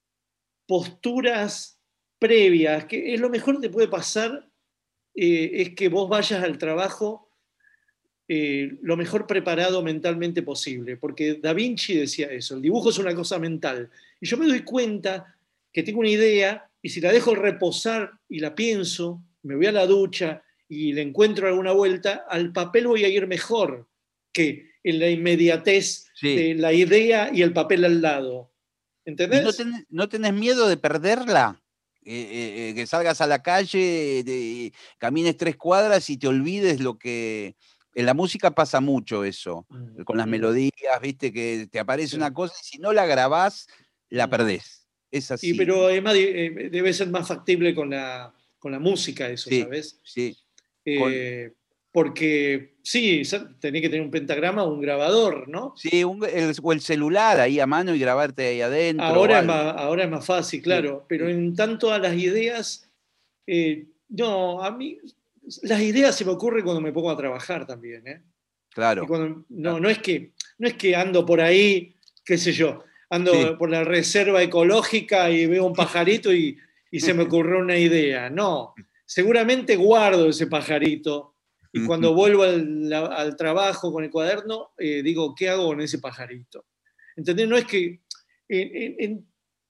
posturas previas, que es lo mejor que te puede pasar, eh, es que vos vayas al trabajo eh, lo mejor preparado mentalmente posible, porque Da Vinci decía eso, el dibujo es una cosa mental. Y yo me doy cuenta que tengo una idea y si la dejo reposar y la pienso, me voy a la ducha y le encuentro alguna vuelta, al papel voy a ir mejor que en la inmediatez Sí. de la idea y el papel al lado. ¿Y no ¿Entendés? tenés, no tenés miedo de perderla? Eh, eh, eh, que salgas a la calle, de- camines tres cuadras y te olvides lo que... En la música pasa mucho eso, Mm, con las mm, melodías, viste, que te aparece una sí. cosa y si no la grabás, la Mm. perdés. Es Y así. pero además eh, debe ser más factible con la, con la música eso, Sí, ¿sabes? sí. Con, Eh, porque sí, tenés que tener un pentagrama o un grabador, ¿no? Sí, un, el, o el celular ahí a mano y grabarte ahí adentro. Ahora, es más, ahora es más fácil, claro, sí, pero sí. En tanto a las ideas, eh, no, a mí las ideas se me ocurren cuando me pongo a trabajar también, ¿eh? Claro. Y cuando, no, claro. no, es que, no es que ando por ahí, qué sé yo, ando Sí. por la reserva ecológica y veo un pajarito y, y se me ocurrió una idea. No, seguramente guardo ese pajarito y cuando vuelvo al, al trabajo con el cuaderno, eh, digo, ¿qué hago con ese pajarito? ¿Entendés? No es que... En, en,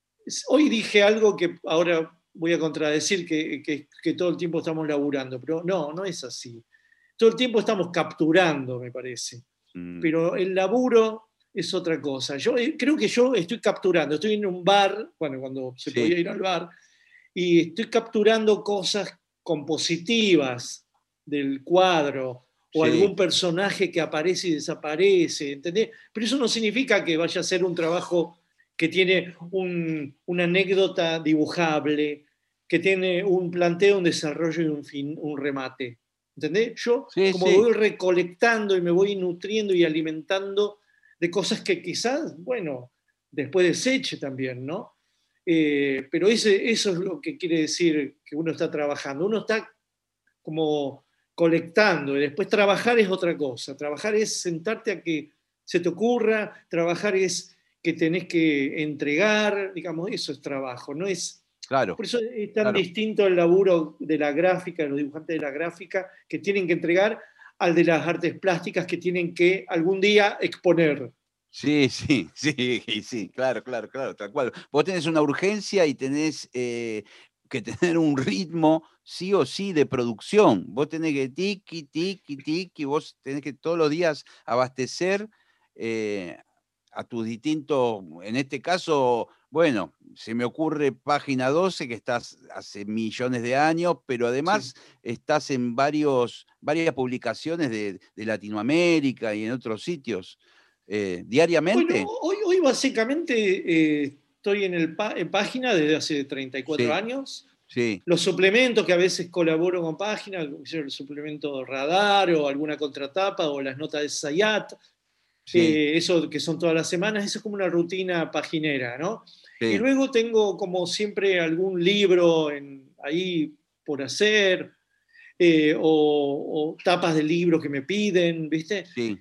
hoy dije algo que ahora voy a contradecir, que, que, que todo el tiempo estamos laburando, pero no, no es así. Todo el tiempo estamos capturando, me parece. Mm. Pero el laburo es otra cosa. Yo creo que yo estoy capturando, estoy en un bar, bueno, cuando se sí. podía ir al bar, y estoy capturando cosas compositivas del cuadro, o sí. algún personaje que aparece y desaparece, ¿entendés? Pero eso no significa que vaya a ser un trabajo que tiene un, una anécdota dibujable, que tiene un planteo, un desarrollo y un, fin, un remate. ¿Entendés? Yo sí, como sí. voy recolectando y me voy nutriendo y alimentando de cosas que quizás, bueno, después deseche también, ¿no? Eh, pero ese, eso es lo que quiere decir que uno está trabajando. Uno está como colectando y después trabajar es otra cosa. Trabajar es sentarte a que se te ocurra, trabajar es que tenés que entregar, digamos, eso es trabajo, no es... Claro. Por eso es tan claro. distinto el laburo de la gráfica, de los dibujantes de la gráfica, que tienen que entregar, al de las artes plásticas que tienen que algún día exponer. Sí, sí, sí, sí, claro, claro, claro, tal cual. Vos tenés una urgencia y tenés eh, que tener un ritmo sí o sí de producción. Vos tenés que tiki, tiki, tiki, vos tenés que todos los días abastecer eh, a tus distintos, en este caso, bueno, se me ocurre Página doce, que estás hace millones de años, pero además sí. estás en varios, varias publicaciones de, de Latinoamérica y en otros sitios. Eh, ¿Diariamente? Bueno, hoy, hoy básicamente eh, estoy en, el pa en Página desde hace treinta y cuatro sí. años. Sí. Los suplementos que a veces colaboro con Página, el suplemento Radar o alguna contratapa o las notas de Sayat, sí. eh, eso que son todas las semanas, eso es como una rutina paginera, ¿no? Sí. Y luego tengo como siempre algún libro en, ahí por hacer, eh, o, o tapas de libros que me piden, ¿viste? Sí.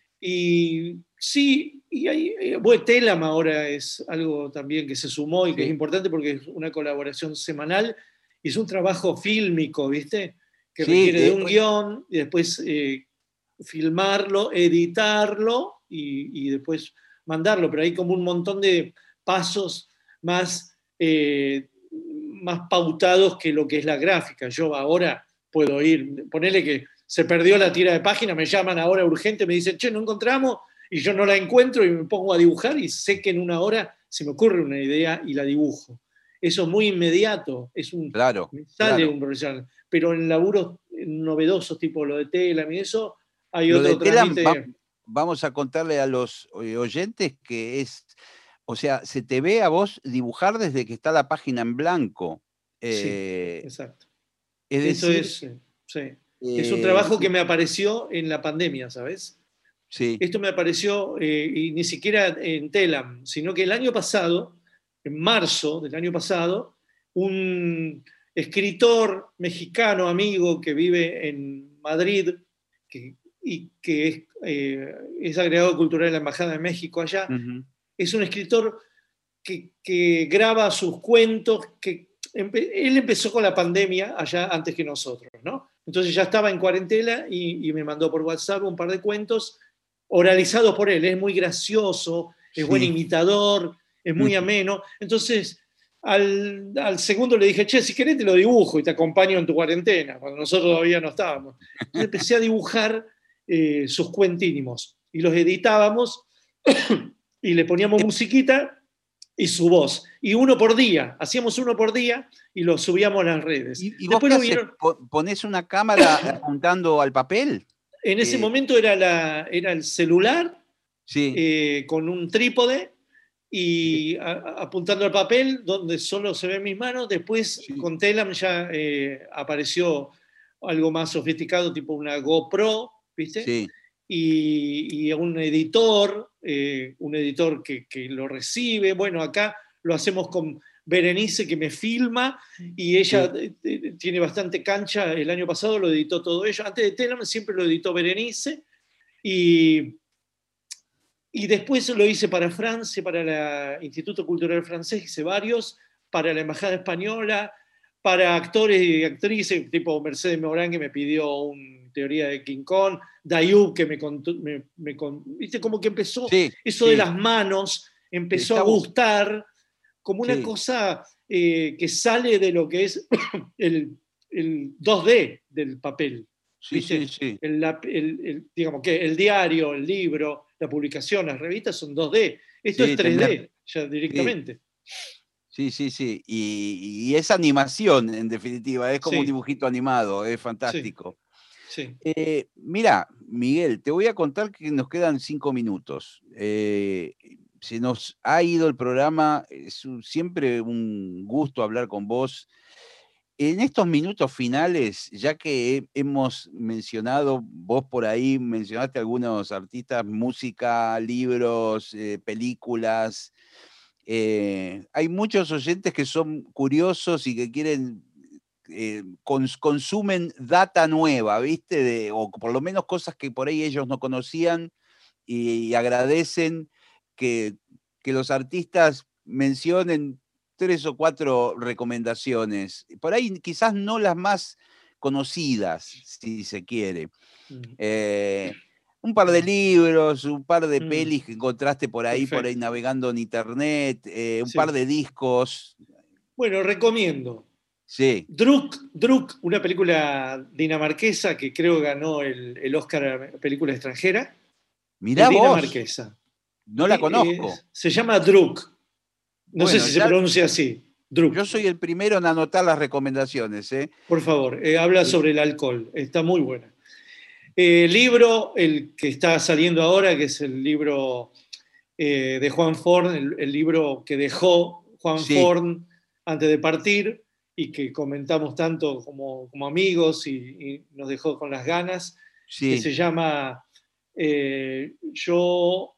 Y sí, y hay, eh, bueno, Telam ahora es algo también que se sumó y sí. que es importante porque es una colaboración semanal y es un trabajo fílmico, ¿viste? Que sí, requiere de un eh, guión y después eh, filmarlo, editarlo y, y después mandarlo, pero hay como un montón de pasos más, eh, más pautados que lo que es la gráfica. Yo ahora puedo ir, ponerle que se perdió la tira de página, me llaman ahora urgente, me dicen, che, no encontramos, y yo no la encuentro y me pongo a dibujar y sé que en una hora se me ocurre una idea y la dibujo. Eso es muy inmediato, es un, claro, me sale claro. un profesional. Pero en laburos novedosos, tipo lo de Telam y eso, hay lo otro de Telam, trámite. Va, vamos a contarle a los oyentes que es, o sea, se te ve a vos dibujar desde que está la página en blanco. Eh, sí, exacto. Es eso decir, es, sí. eh, es un trabajo que me apareció en la pandemia, ¿sabes? Sí. Esto me apareció, eh, y ni siquiera en Telam, sino que el año pasado, en marzo del año pasado, un escritor mexicano amigo que vive en Madrid que, y que es, eh, es agregado cultural en la Embajada de México allá, uh-huh. es un escritor que, que graba sus cuentos, que empe- él empezó con la pandemia allá antes que nosotros, ¿no? Entonces ya estaba en cuarentena y, y me mandó por WhatsApp un par de cuentos oralizados por él. Es muy gracioso, es sí. buen imitador, es muy ameno. Entonces, al, al segundo le dije, che, si querés te lo dibujo y te acompaño en tu cuarentena, cuando nosotros todavía no estábamos. Entonces empecé a dibujar eh, sus cuentínimos y los editábamos y le poníamos musiquita y su voz. Y uno por día, hacíamos uno por día y lo subíamos a las redes. ¿Y, y después vos qué vieron... ponés una cámara apuntando al papel? En ese eh... momento era, la, era el celular sí. eh, con un trípode y sí. a, apuntando al papel donde solo se ven mis manos. Después sí. con Telam ya eh, apareció algo más sofisticado, tipo una GoPro, ¿viste? Sí. Y, y un editor, eh, un editor que, que lo recibe. Bueno, acá lo hacemos con Berenice, que me filma, y ella Sí. eh, tiene bastante cancha. El año pasado lo editó todo ello. Antes de Telam siempre lo editó Berenice. Y, y después lo hice para Francia, para el Instituto Cultural Francés, hice varios, para la Embajada Española, para actores y actrices, tipo Mercedes Morán, que me pidió una teoría de King Kong, Dayub, que me contó, me, me, viste, como que empezó, Sí, eso sí. de las manos, empezó Está a bu- gustar, como una Sí. cosa eh, que sale de lo que es el, el dos D del papel. Sí, ¿Viste? sí, sí. El, el, el, digamos que el diario, el libro, la publicación, las revistas son dos D. Esto Sí, es tres D, tener- ya sí. directamente. Sí, sí, sí. Y, y es animación, en definitiva. Es como un Sí, dibujito animado. Es sí, fantástico. sí. Eh, mira, Miguel, te voy a contar que nos quedan cinco minutos. Eh, se nos ha ido el programa. Es un- siempre un gusto hablar con vos. En estos minutos finales, ya que he- hemos mencionado, vos por ahí mencionaste algunos artistas, música, libros, eh, películas. Eh, hay muchos oyentes que son curiosos y que quieren, eh, cons- consumen data nueva, ¿viste? De- o por lo menos cosas que por ahí ellos no conocían y, y agradecen que, que los artistas mencionen tres o cuatro recomendaciones. Por ahí quizás no las más conocidas, si se quiere. Mm, Eh, un par de libros, un par de mm, pelis que encontraste por ahí, por ahí perfecto. navegando en internet, eh, un par Sí. de discos. Bueno, recomiendo. Sí. Druk, Druk, una película dinamarquesa que creo ganó el, el Oscar a película extranjera. Mirá Es vos, dinamarquesa. no la Di- eh, conozco. se llama Druk. No sé Bueno, si se ya pronuncia así. yo Druk. soy el primero en anotar las recomendaciones, ¿eh? Por favor, eh, habla Eh, sobre el alcohol. Está muy buena. El libro, el que está saliendo ahora, que es el libro eh, de Juan Forn, el, el libro que dejó Juan Sí, Forn antes de partir y que comentamos tanto como, como amigos y, y nos dejó con las ganas, que sí. se llama eh, Yo,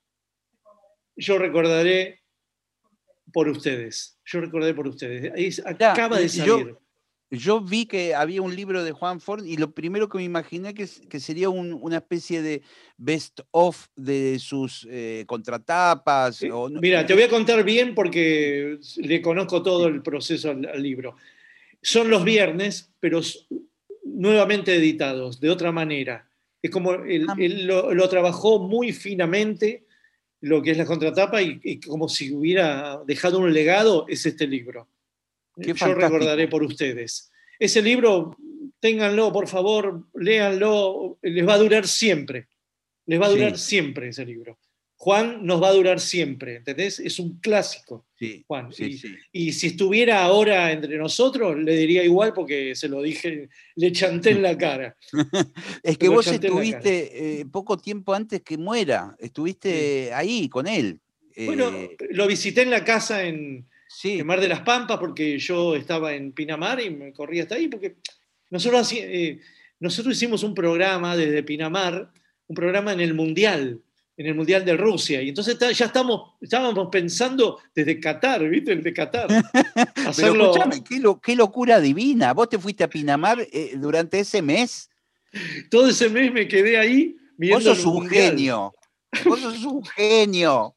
yo recordaré por ustedes. Yo recordaré por ustedes. Ahí Mirá, acaba de eh, yo, salir. yo vi que había un libro de Juan Ford y lo primero que me imaginé que, es- que sería un- una especie de best of de sus eh, contratapas. Eh, O no- Mira, te eh, voy a contar bien porque le conozco todo sí. el proceso al, al libro. Son los viernes, pero s- nuevamente editados, de otra manera. Es como él, Ah, él lo, lo trabajó muy finamente, lo que es la contratapa, y, y como si hubiera dejado un legado, es este libro. qué Yo recordaré fantástico. por ustedes. Ese libro, ténganlo, por favor, léanlo, les va a durar siempre. Les va a durar Sí, siempre ese libro. Juan nos va a durar siempre, ¿entendés? Es un clásico, sí, Juan. sí, Y, sí. y si estuviera ahora entre nosotros, le diría igual porque se lo dije, le chanté en la cara. Es Se que lo vos chanté en la cara. estuviste eh, poco tiempo antes que muera, Sí. estuviste ahí con él. Bueno, Eh, lo visité en la casa en, en sí, Mar de las Pampas porque yo estaba en Pinamar y me corrí hasta ahí porque nosotros, así, eh, nosotros hicimos un programa desde Pinamar, un programa en el Mundial, en el Mundial de Rusia. Y entonces ya estamos, estábamos pensando desde Qatar, ¿viste? El de Qatar. pero escúchame, Hacerlo. qué, lo- qué locura divina. Vos te fuiste a Pinamar eh, durante ese mes. Todo ese mes me quedé ahí Vos viendo el sos un Mundial. genio. Vos sos un genio.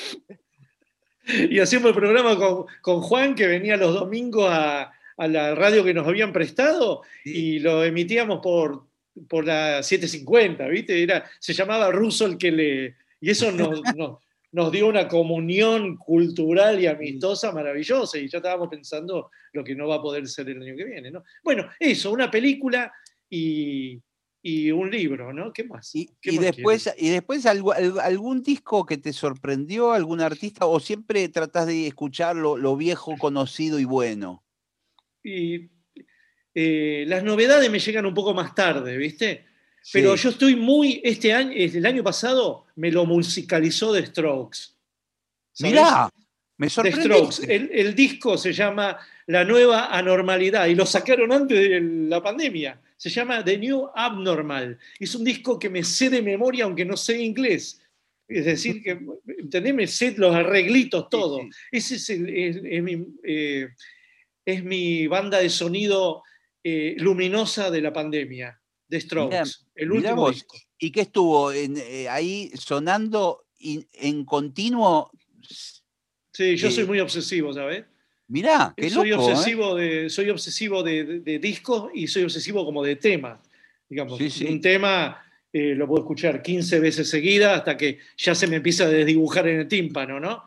Y hacíamos el programa con, con Juan, que venía los domingos a, a la radio que nos habían prestado, Sí. y lo emitíamos por, por la setecientos cincuenta, ¿viste? Era, se llamaba Russo el que le... Y eso nos, nos, nos dio una comunión cultural y amistosa maravillosa, y ya estábamos pensando lo que no va a poder ser el año que viene, ¿no? Bueno, eso, una película y, y un libro, ¿no? ¿Qué más? Y, ¿Qué y más después, quieren? y después algu- al- algún disco que te sorprendió, algún artista, o siempre tratás de escuchar lo, lo viejo, conocido y bueno. Y eh, las novedades me llegan un poco más tarde, ¿viste? Pero Sí. yo estoy muy, este año, el año pasado me lo musicalizó The Strokes, ¿sabes? Mirá, me The Strokes, sorprendiste. el, el disco se llama La Nueva Anormalidad y lo sacaron antes de la pandemia. Se llama The New Abnormal. Es un disco que me sé de memoria, aunque no sé inglés. Es decir, que, ¿entendés? Me sé los arreglitos, todo. Sí, sí. Ese es, el, es, es, mi, eh, es mi banda de sonido eh, luminosa de la pandemia, The Strokes, mirá, el mirá último vos. disco. ¿Y qué estuvo en, eh, ahí sonando in, en continuo? Sí, yo eh, soy muy obsesivo, ¿sabes? Mirá, qué soy loco, obsesivo ¿eh? de, soy obsesivo de, de, de discos y soy obsesivo como de temas. Digamos, sí, sí. un tema eh, lo puedo escuchar quince veces seguida hasta que ya se me empieza a desdibujar en el tímpano, ¿no?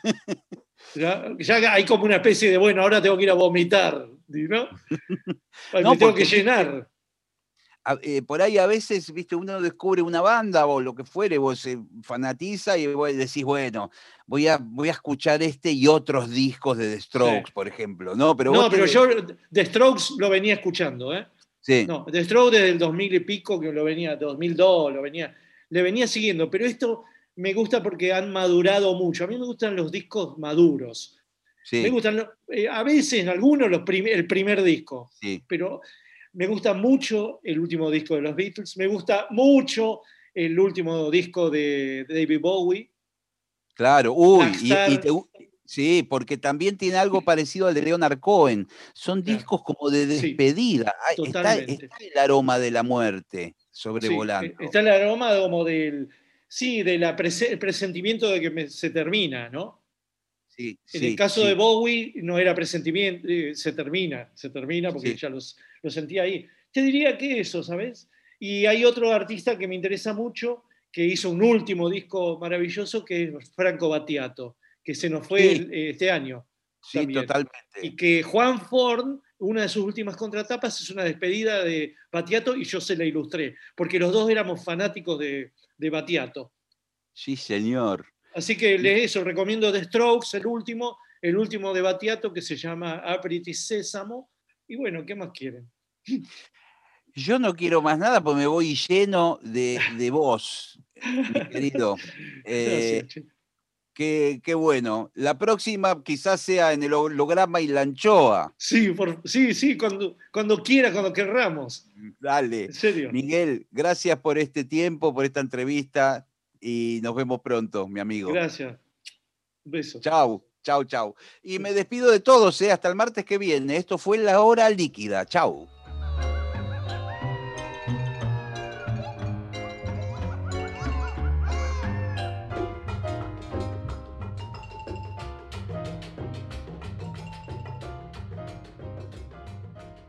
ya, ya hay como una especie de, bueno, ahora tengo que ir a vomitar, ¿no? no me tengo que llenar. Eh, por ahí a veces, viste, uno descubre una banda o lo que fuere, vos se fanatiza y vos decís, bueno, voy a, voy a escuchar este y otros discos de The Strokes, sí. por ejemplo, ¿no? Pero, no, vos pero te... yo The Strokes lo venía escuchando, ¿eh? Sí. No, The Strokes desde el dos mil y pico, que lo venía, dos mil dos, lo venía, le venía siguiendo, pero esto me gusta porque han madurado mucho. A mí me gustan los discos maduros. Sí. Me gustan, eh, a veces en algunos los prim el primer disco, sí. pero me gusta mucho el último disco de los Beatles, me gusta mucho el último disco de, de David Bowie. Claro, uy, y, y te, sí, porque también tiene algo parecido al de Leonard Cohen. Son claro. discos como de despedida. Sí, está, está el aroma de la muerte sobrevolando. Sí, está el aroma como del, sí, del prese, presentimiento de que me, se termina, ¿no? Sí, en sí, el caso sí. de Bowie no era presentimiento, eh, se termina, se termina porque sí. ya los, lo sentía ahí. Te diría que eso, ¿sabes? Y hay otro artista que me interesa mucho, que hizo un último disco maravilloso, que es Franco Battiato, que se nos fue sí. el, este año. Sí, también. Totalmente. Y que Juan Ford, una de sus últimas contratapas, es una despedida de Battiato y yo se la ilustré, porque los dos éramos fanáticos de, de Battiato. Sí, señor. Así que les eso, recomiendo The Strokes, el último, el último de Battiato, que se llama Apriti Sésamo. Y bueno, ¿qué más quieren? Yo no quiero más nada porque me voy lleno de, de vos, mi querido. Eh, qué, qué bueno. La próxima quizás sea en el holograma y la anchoa. Sí, por, sí, sí, cuando, cuando quieras, cuando querramos. Dale. En serio. Miguel, gracias por este tiempo, por esta entrevista y nos vemos pronto, mi amigo. Gracias. Un beso. Chau, chau, chau. Y me despido de todos, ¿eh? Hasta el martes que viene. Esto fue La Hora Líquida. Chau.